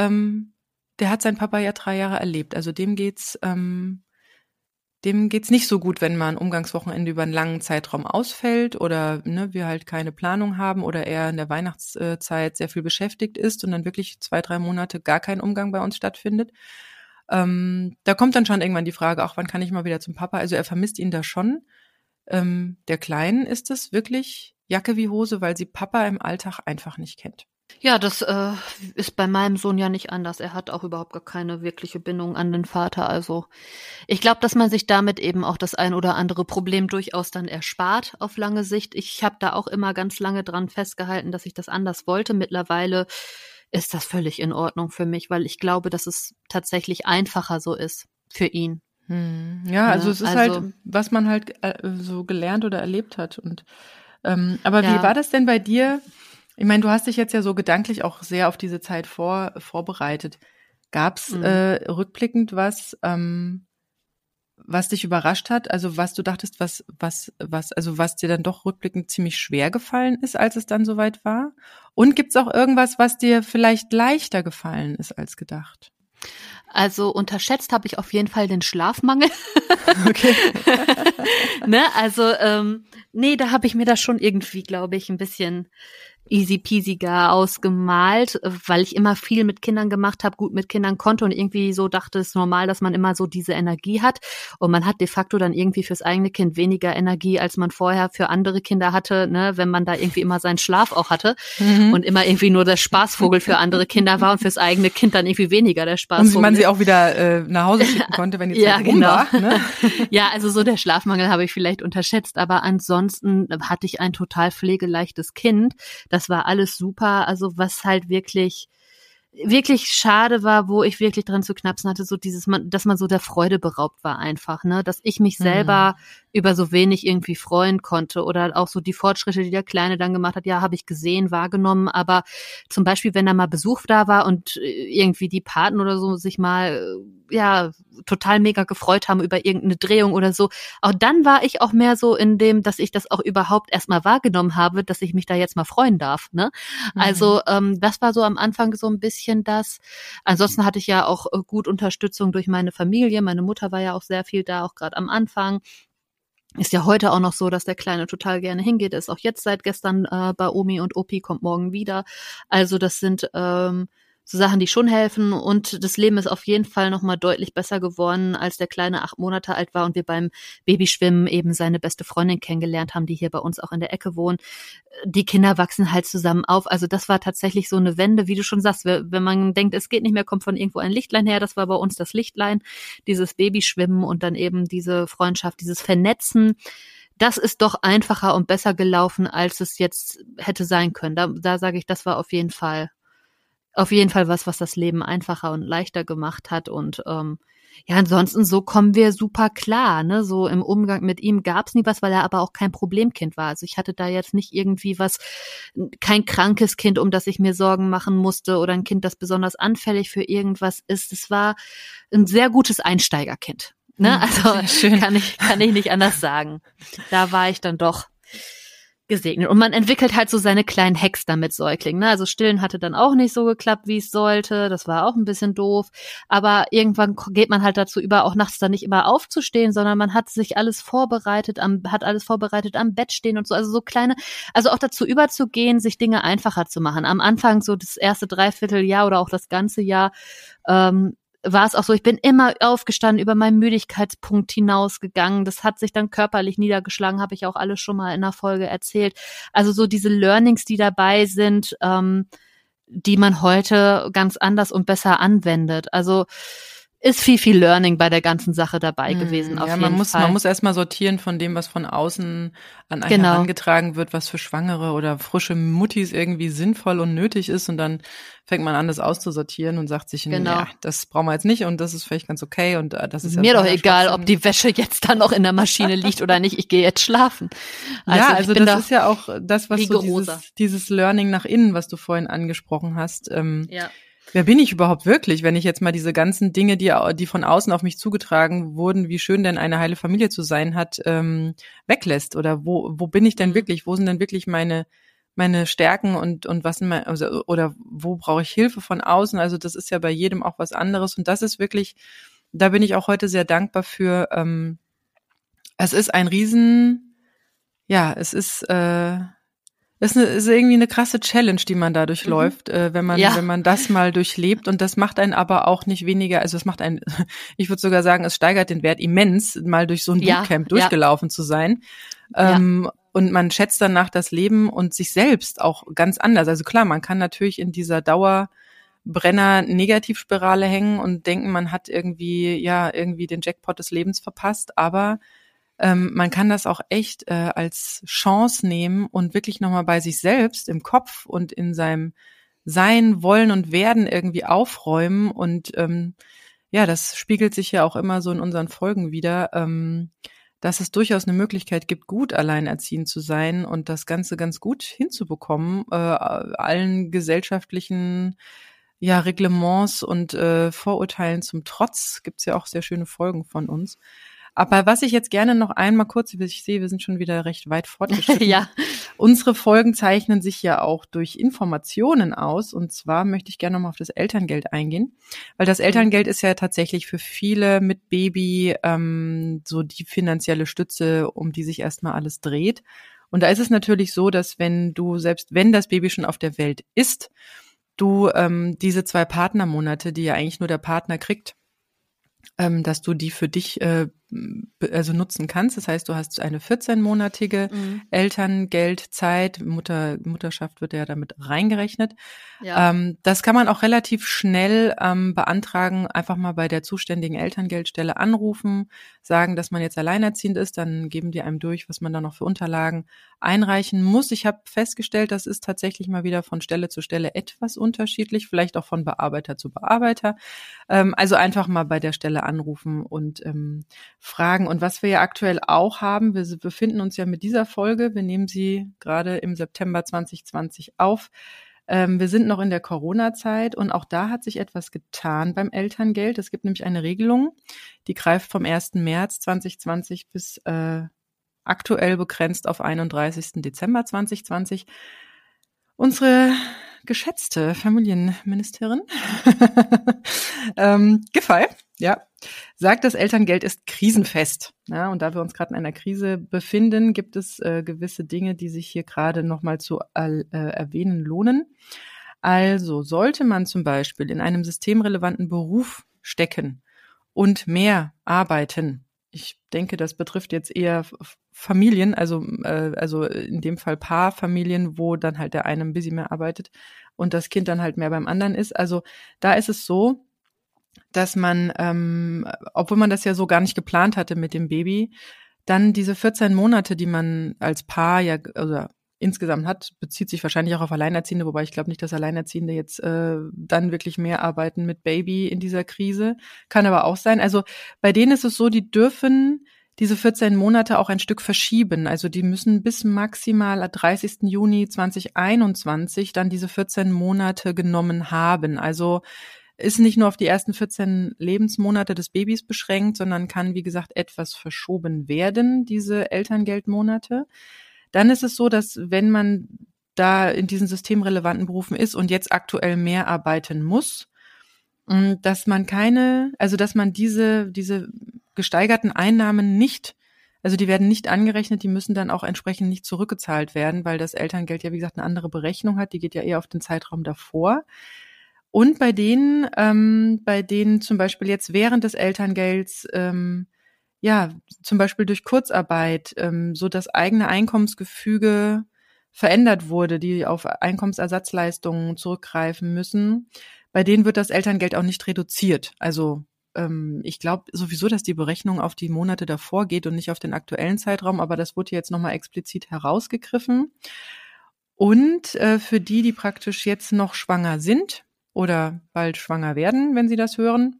der hat seinen Papa ja 3 Jahre erlebt. Also dem geht's nicht so gut, wenn mal ein Umgangswochenende über einen langen Zeitraum ausfällt oder wir halt keine Planung haben oder er in der Weihnachtszeit sehr viel beschäftigt ist und dann wirklich 2-3 Monate gar kein Umgang bei uns stattfindet. Da kommt dann schon irgendwann die Frage, ach, wann kann ich mal wieder zum Papa? Also er vermisst ihn da schon. Der Kleinen ist es wirklich Jacke wie Hose, weil sie Papa im Alltag einfach nicht kennt. Ja, das ist bei meinem Sohn ja nicht anders. Er hat auch überhaupt gar keine wirkliche Bindung an den Vater. Also ich glaube, dass man sich damit eben auch das ein oder andere Problem durchaus dann erspart auf lange Sicht. Ich habe da auch immer ganz lange dran festgehalten, dass ich das anders wollte. Mittlerweile ist das völlig in Ordnung für mich, weil ich glaube, dass es tatsächlich einfacher so ist für ihn. Ja, also es ist halt, was man halt so gelernt oder erlebt hat. Und aber wie war das denn bei dir? Ich meine, du hast dich jetzt ja so gedanklich auch sehr auf diese Zeit vorbereitet. Gab's rückblickend was dich überrascht hat? Also was du dachtest, was dir dann doch rückblickend ziemlich schwer gefallen ist, als es dann soweit war? Und gibt's auch irgendwas, was dir vielleicht leichter gefallen ist als gedacht? Also unterschätzt habe ich auf jeden Fall den Schlafmangel. Okay. Ne, also nee, da habe ich mir das schon irgendwie, glaube ich, ein bisschen easy peasy gar ausgemalt, weil ich immer viel mit Kindern gemacht habe, gut mit Kindern konnte und irgendwie so dachte, es ist normal, dass man immer so diese Energie hat und man hat de facto dann irgendwie fürs eigene Kind weniger Energie, als man vorher für andere Kinder hatte, ne, wenn man da irgendwie immer seinen Schlaf auch hatte und immer irgendwie nur der Spaßvogel für andere Kinder war und fürs eigene Kind dann irgendwie weniger der Spaßvogel. Und man sie auch wieder nach Hause schicken konnte, wenn die Zeit rum war. Ne? Ja, also so der Schlafmangel habe ich vielleicht unterschätzt, aber ansonsten hatte ich ein total pflegeleichtes Kind. Das war alles super, also was halt wirklich schade war, wo ich wirklich dran zu knapsen hatte, so dass man so der Freude beraubt war einfach, ne, dass ich mich selber über so wenig irgendwie freuen konnte oder auch so die Fortschritte, die der Kleine dann gemacht hat, ja, habe ich gesehen, wahrgenommen, aber zum Beispiel, wenn da mal Besuch da war und irgendwie die Paten oder so sich mal, ja, total mega gefreut haben über irgendeine Drehung oder so, auch dann war ich auch mehr so in dem, dass ich das auch überhaupt erstmal wahrgenommen habe, dass ich mich da jetzt mal freuen darf, ne, also das war so am Anfang so ein bisschen das. Ansonsten hatte ich ja auch gut Unterstützung durch meine Familie. Meine Mutter war ja auch sehr viel da, auch gerade am Anfang. Ist ja heute auch noch so, dass der Kleine total gerne hingeht. Er ist auch jetzt seit gestern bei Omi und Opi, kommt morgen wieder. Also das sind so Sachen, die schon helfen. Und das Leben ist auf jeden Fall nochmal deutlich besser geworden, als der Kleine 8 Monate alt war und wir beim Babyschwimmen eben seine beste Freundin kennengelernt haben, die hier bei uns auch in der Ecke wohnt. Die Kinder wachsen halt zusammen auf. Also das war tatsächlich so eine Wende, wie du schon sagst. Wenn man denkt, es geht nicht mehr, kommt von irgendwo ein Lichtlein her. Das war bei uns das Lichtlein, dieses Babyschwimmen und dann eben diese Freundschaft, dieses Vernetzen. Das ist doch einfacher und besser gelaufen, als es jetzt hätte sein können. Da sage ich, das war auf jeden Fall was das Leben einfacher und leichter gemacht hat und ja, ansonsten so kommen wir super klar, ne, so im Umgang mit ihm gab's nie was, weil er aber auch kein Problemkind war, also ich hatte da jetzt nicht irgendwie kein krankes Kind, um das ich mir Sorgen machen musste oder ein Kind, das besonders anfällig für irgendwas ist, es war ein sehr gutes Einsteigerkind, ne, also kann ich nicht anders sagen, da war ich dann doch gesegnet. Und man entwickelt halt so seine kleinen Hacks da mit Säuglingen. Ne? Also Stillen hatte dann auch nicht so geklappt, wie es sollte. Das war auch ein bisschen doof. Aber irgendwann geht man halt dazu über, auch nachts dann nicht immer aufzustehen, sondern man hat sich alles vorbereitet, am Bett stehen und so. Also so kleine, also auch dazu überzugehen, sich Dinge einfacher zu machen. Am Anfang so das erste Dreivierteljahr oder auch das ganze Jahr, war es auch so, ich bin immer aufgestanden, über meinen Müdigkeitspunkt hinausgegangen. Das hat sich dann körperlich niedergeschlagen, habe ich auch alles schon mal in einer Folge erzählt. Also so diese Learnings, die dabei sind, die man heute ganz anders und besser anwendet. Also ist viel Learning bei der ganzen Sache dabei gewesen, auf jeden Fall. Man muss erstmal sortieren von dem, was von außen an einen herangetragen wird, was für Schwangere oder frische Muttis irgendwie sinnvoll und nötig ist und dann fängt man an, das auszusortieren und sagt sich, ja, das brauchen wir jetzt nicht und das ist vielleicht ganz okay und das ist ja mir doch egal, ob die Wäsche jetzt dann noch in der Maschine liegt oder nicht, ich gehe jetzt schlafen. Also das ist ja auch das, was so dieses Learning nach innen, was du vorhin angesprochen hast, ja. Wer bin ich überhaupt wirklich, wenn ich jetzt mal diese ganzen Dinge, die von außen auf mich zugetragen wurden, wie schön denn eine heile Familie zu sein hat, weglässt? Oder wo bin ich denn wirklich? Wo sind denn wirklich meine Stärken und was sind oder wo brauche ich Hilfe von außen? Also das ist ja bei jedem auch was anderes und das ist wirklich, da bin ich auch heute sehr dankbar für. Es ist ein es ist ist irgendwie eine krasse Challenge, die man da durchläuft, wenn man das mal durchlebt. Und das macht einen aber auch nicht weniger, also es macht einen, ich würde sogar sagen, es steigert den Wert immens, mal durch so ein Bootcamp durchgelaufen zu sein. Und man schätzt danach das Leben und sich selbst auch ganz anders. Also klar, man kann natürlich in dieser Dauerbrenner-Negativspirale hängen und denken, man hat irgendwie den Jackpot des Lebens verpasst, aber man kann das auch echt als Chance nehmen und wirklich nochmal bei sich selbst im Kopf und in seinem Sein, Wollen und Werden irgendwie aufräumen. Und das spiegelt sich ja auch immer so in unseren Folgen wieder, dass es durchaus eine Möglichkeit gibt, gut alleinerziehend zu sein und das Ganze ganz gut hinzubekommen, allen gesellschaftlichen Reglements und Vorurteilen zum Trotz. Gibt's ja auch sehr schöne Folgen von uns. Aber was ich jetzt gerne noch einmal kurz, ich sehe, wir sind schon wieder recht weit fortgeschritten. Ja. Unsere Folgen zeichnen sich ja auch durch Informationen aus. Und zwar möchte ich gerne nochmal auf das Elterngeld eingehen. Weil das Elterngeld ist ja tatsächlich für viele mit Baby so die finanzielle Stütze, um die sich erstmal alles dreht. Und da ist es natürlich so, dass selbst wenn das Baby schon auf der Welt ist, du diese 2 Partnermonate, die ja eigentlich nur der Partner kriegt, dass du die für dich also nutzen kannst. Das heißt, du hast eine 14-monatige Elterngeldzeit. Mutterschaft wird ja damit reingerechnet. Ja. Das kann man auch relativ schnell beantragen. Einfach mal bei der zuständigen Elterngeldstelle anrufen, sagen, dass man jetzt alleinerziehend ist. Dann geben die einem durch, was man da noch für Unterlagen einreichen muss. Ich habe festgestellt, das ist tatsächlich mal wieder von Stelle zu Stelle etwas unterschiedlich, vielleicht auch von Bearbeiter zu Bearbeiter. Also einfach mal bei der Stelle anrufen und fragen. Und was wir ja aktuell auch haben, wir befinden uns ja mit dieser Folge, wir nehmen sie gerade im September 2020 auf. Wir sind noch in der Corona-Zeit und auch da hat sich etwas getan beim Elterngeld. Es gibt nämlich eine Regelung, die greift vom 1. März 2020 bis aktuell begrenzt auf 31. Dezember 2020. Unsere geschätzte Familienministerin Giffey, sagt, das Elterngeld ist krisenfest. Ja, und da wir uns gerade in einer Krise befinden, gibt es gewisse Dinge, die sich hier gerade nochmal zu erwähnen lohnen. Also sollte man zum Beispiel in einem systemrelevanten Beruf stecken und mehr arbeiten, ich denke, das betrifft jetzt eher Familien, also in dem Fall Paarfamilien, wo dann halt der eine ein bisschen mehr arbeitet und das Kind dann halt mehr beim anderen ist. Also da ist es so, dass man, obwohl man das ja so gar nicht geplant hatte mit dem Baby, dann diese 14 Monate, die man als Paar insgesamt hat, bezieht sich wahrscheinlich auch auf Alleinerziehende, wobei ich glaube nicht, dass Alleinerziehende jetzt dann wirklich mehr arbeiten mit Baby in dieser Krise. Kann aber auch sein. Also bei denen ist es so, die dürfen diese 14 Monate auch ein Stück verschieben. Also die müssen bis maximal 30. Juni 2021 dann diese 14 Monate genommen haben. Also ist nicht nur auf die ersten 14 Lebensmonate des Babys beschränkt, sondern kann, wie gesagt, etwas verschoben werden, diese Elterngeldmonate. Dann ist es so, dass wenn man da in diesen systemrelevanten Berufen ist und jetzt aktuell mehr arbeiten muss, dass man diese gesteigerten Einnahmen nicht, also die werden nicht angerechnet, die müssen dann auch entsprechend nicht zurückgezahlt werden, weil das Elterngeld ja, wie gesagt, eine andere Berechnung hat, die geht ja eher auf den Zeitraum davor. Und bei denen zum Beispiel jetzt während des Elterngelds zum Beispiel durch Kurzarbeit, so das eigene Einkommensgefüge verändert wurde, die auf Einkommensersatzleistungen zurückgreifen müssen, bei denen wird das Elterngeld auch nicht reduziert. Also ich glaube sowieso, dass die Berechnung auf die Monate davor geht und nicht auf den aktuellen Zeitraum, aber das wurde jetzt nochmal explizit herausgegriffen. Und für die praktisch jetzt noch schwanger sind oder bald schwanger werden, wenn Sie das hören,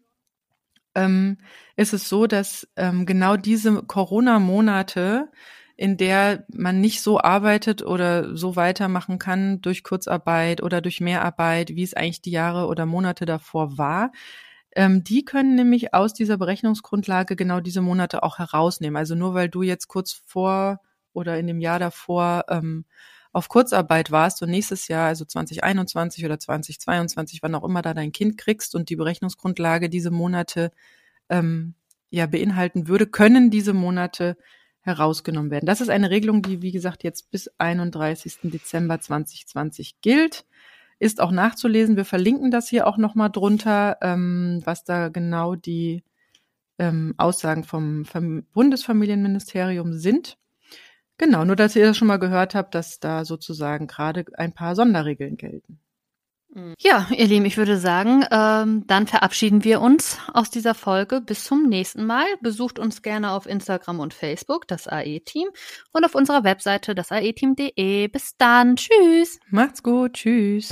ist es so, dass genau diese Corona-Monate, in der man nicht so arbeitet oder so weitermachen kann durch Kurzarbeit oder durch Mehrarbeit, wie es eigentlich die Jahre oder Monate davor war, die können nämlich aus dieser Berechnungsgrundlage genau diese Monate auch herausnehmen. Also nur weil du jetzt kurz vor oder in dem Jahr davor auf Kurzarbeit warst und nächstes Jahr, also 2021 oder 2022, wann auch immer da dein Kind kriegst und die Berechnungsgrundlage diese Monate beinhalten würde, können diese Monate herausgenommen werden. Das ist eine Regelung, die, wie gesagt, jetzt bis 31. Dezember 2020 gilt. Ist auch nachzulesen. Wir verlinken das hier auch nochmal drunter, was da genau die Aussagen vom Bundesfamilienministerium sind. Genau, nur dass ihr das schon mal gehört habt, dass da sozusagen gerade ein paar Sonderregeln gelten. Ja, ihr Lieben, ich würde sagen, dann verabschieden wir uns aus dieser Folge. Bis zum nächsten Mal. Besucht uns gerne auf Instagram und Facebook, das AE-Team, und auf unserer Webseite, das aeteam.de. Bis dann. Tschüss. Macht's gut. Tschüss.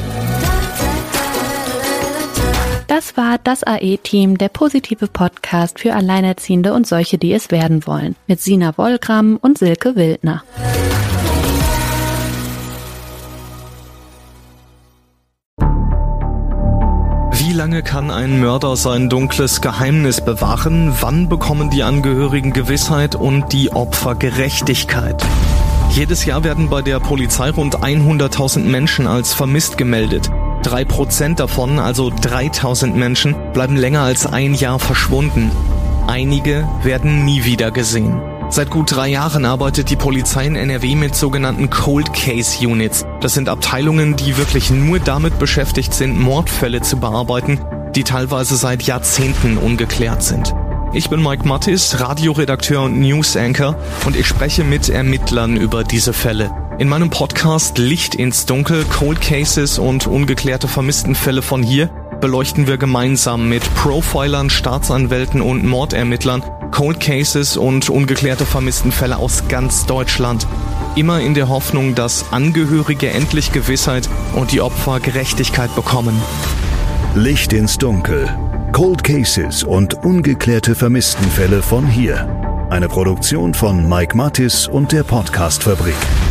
Das war das AE-Team, der positive Podcast für Alleinerziehende und solche, die es werden wollen. Mit Sina Wollgramm und Silke Wildner. Wie lange kann ein Mörder sein dunkles Geheimnis bewahren? Wann bekommen die Angehörigen Gewissheit und die Opfer Gerechtigkeit? Jedes Jahr werden bei der Polizei rund 100.000 Menschen als vermisst gemeldet. 3% davon, also 3.000 Menschen, bleiben länger als ein Jahr verschwunden. Einige werden nie wieder gesehen. Seit gut 3 Jahren arbeitet die Polizei in NRW mit sogenannten Cold Case Units. Das sind Abteilungen, die wirklich nur damit beschäftigt sind, Mordfälle zu bearbeiten, die teilweise seit Jahrzehnten ungeklärt sind. Ich bin Mike Mattis, Radioredakteur und News Anchor, und ich spreche mit Ermittlern über diese Fälle. In meinem Podcast Licht ins Dunkel, Cold Cases und ungeklärte Vermisstenfälle von hier beleuchten wir gemeinsam mit Profilern, Staatsanwälten und Mordermittlern Cold Cases und ungeklärte Vermisstenfälle aus ganz Deutschland. Immer in der Hoffnung, dass Angehörige endlich Gewissheit und die Opfer Gerechtigkeit bekommen. Licht ins Dunkel. Cold Cases und ungeklärte Vermisstenfälle von hier. Eine Produktion von Mike Mattis und der Podcast-Fabrik.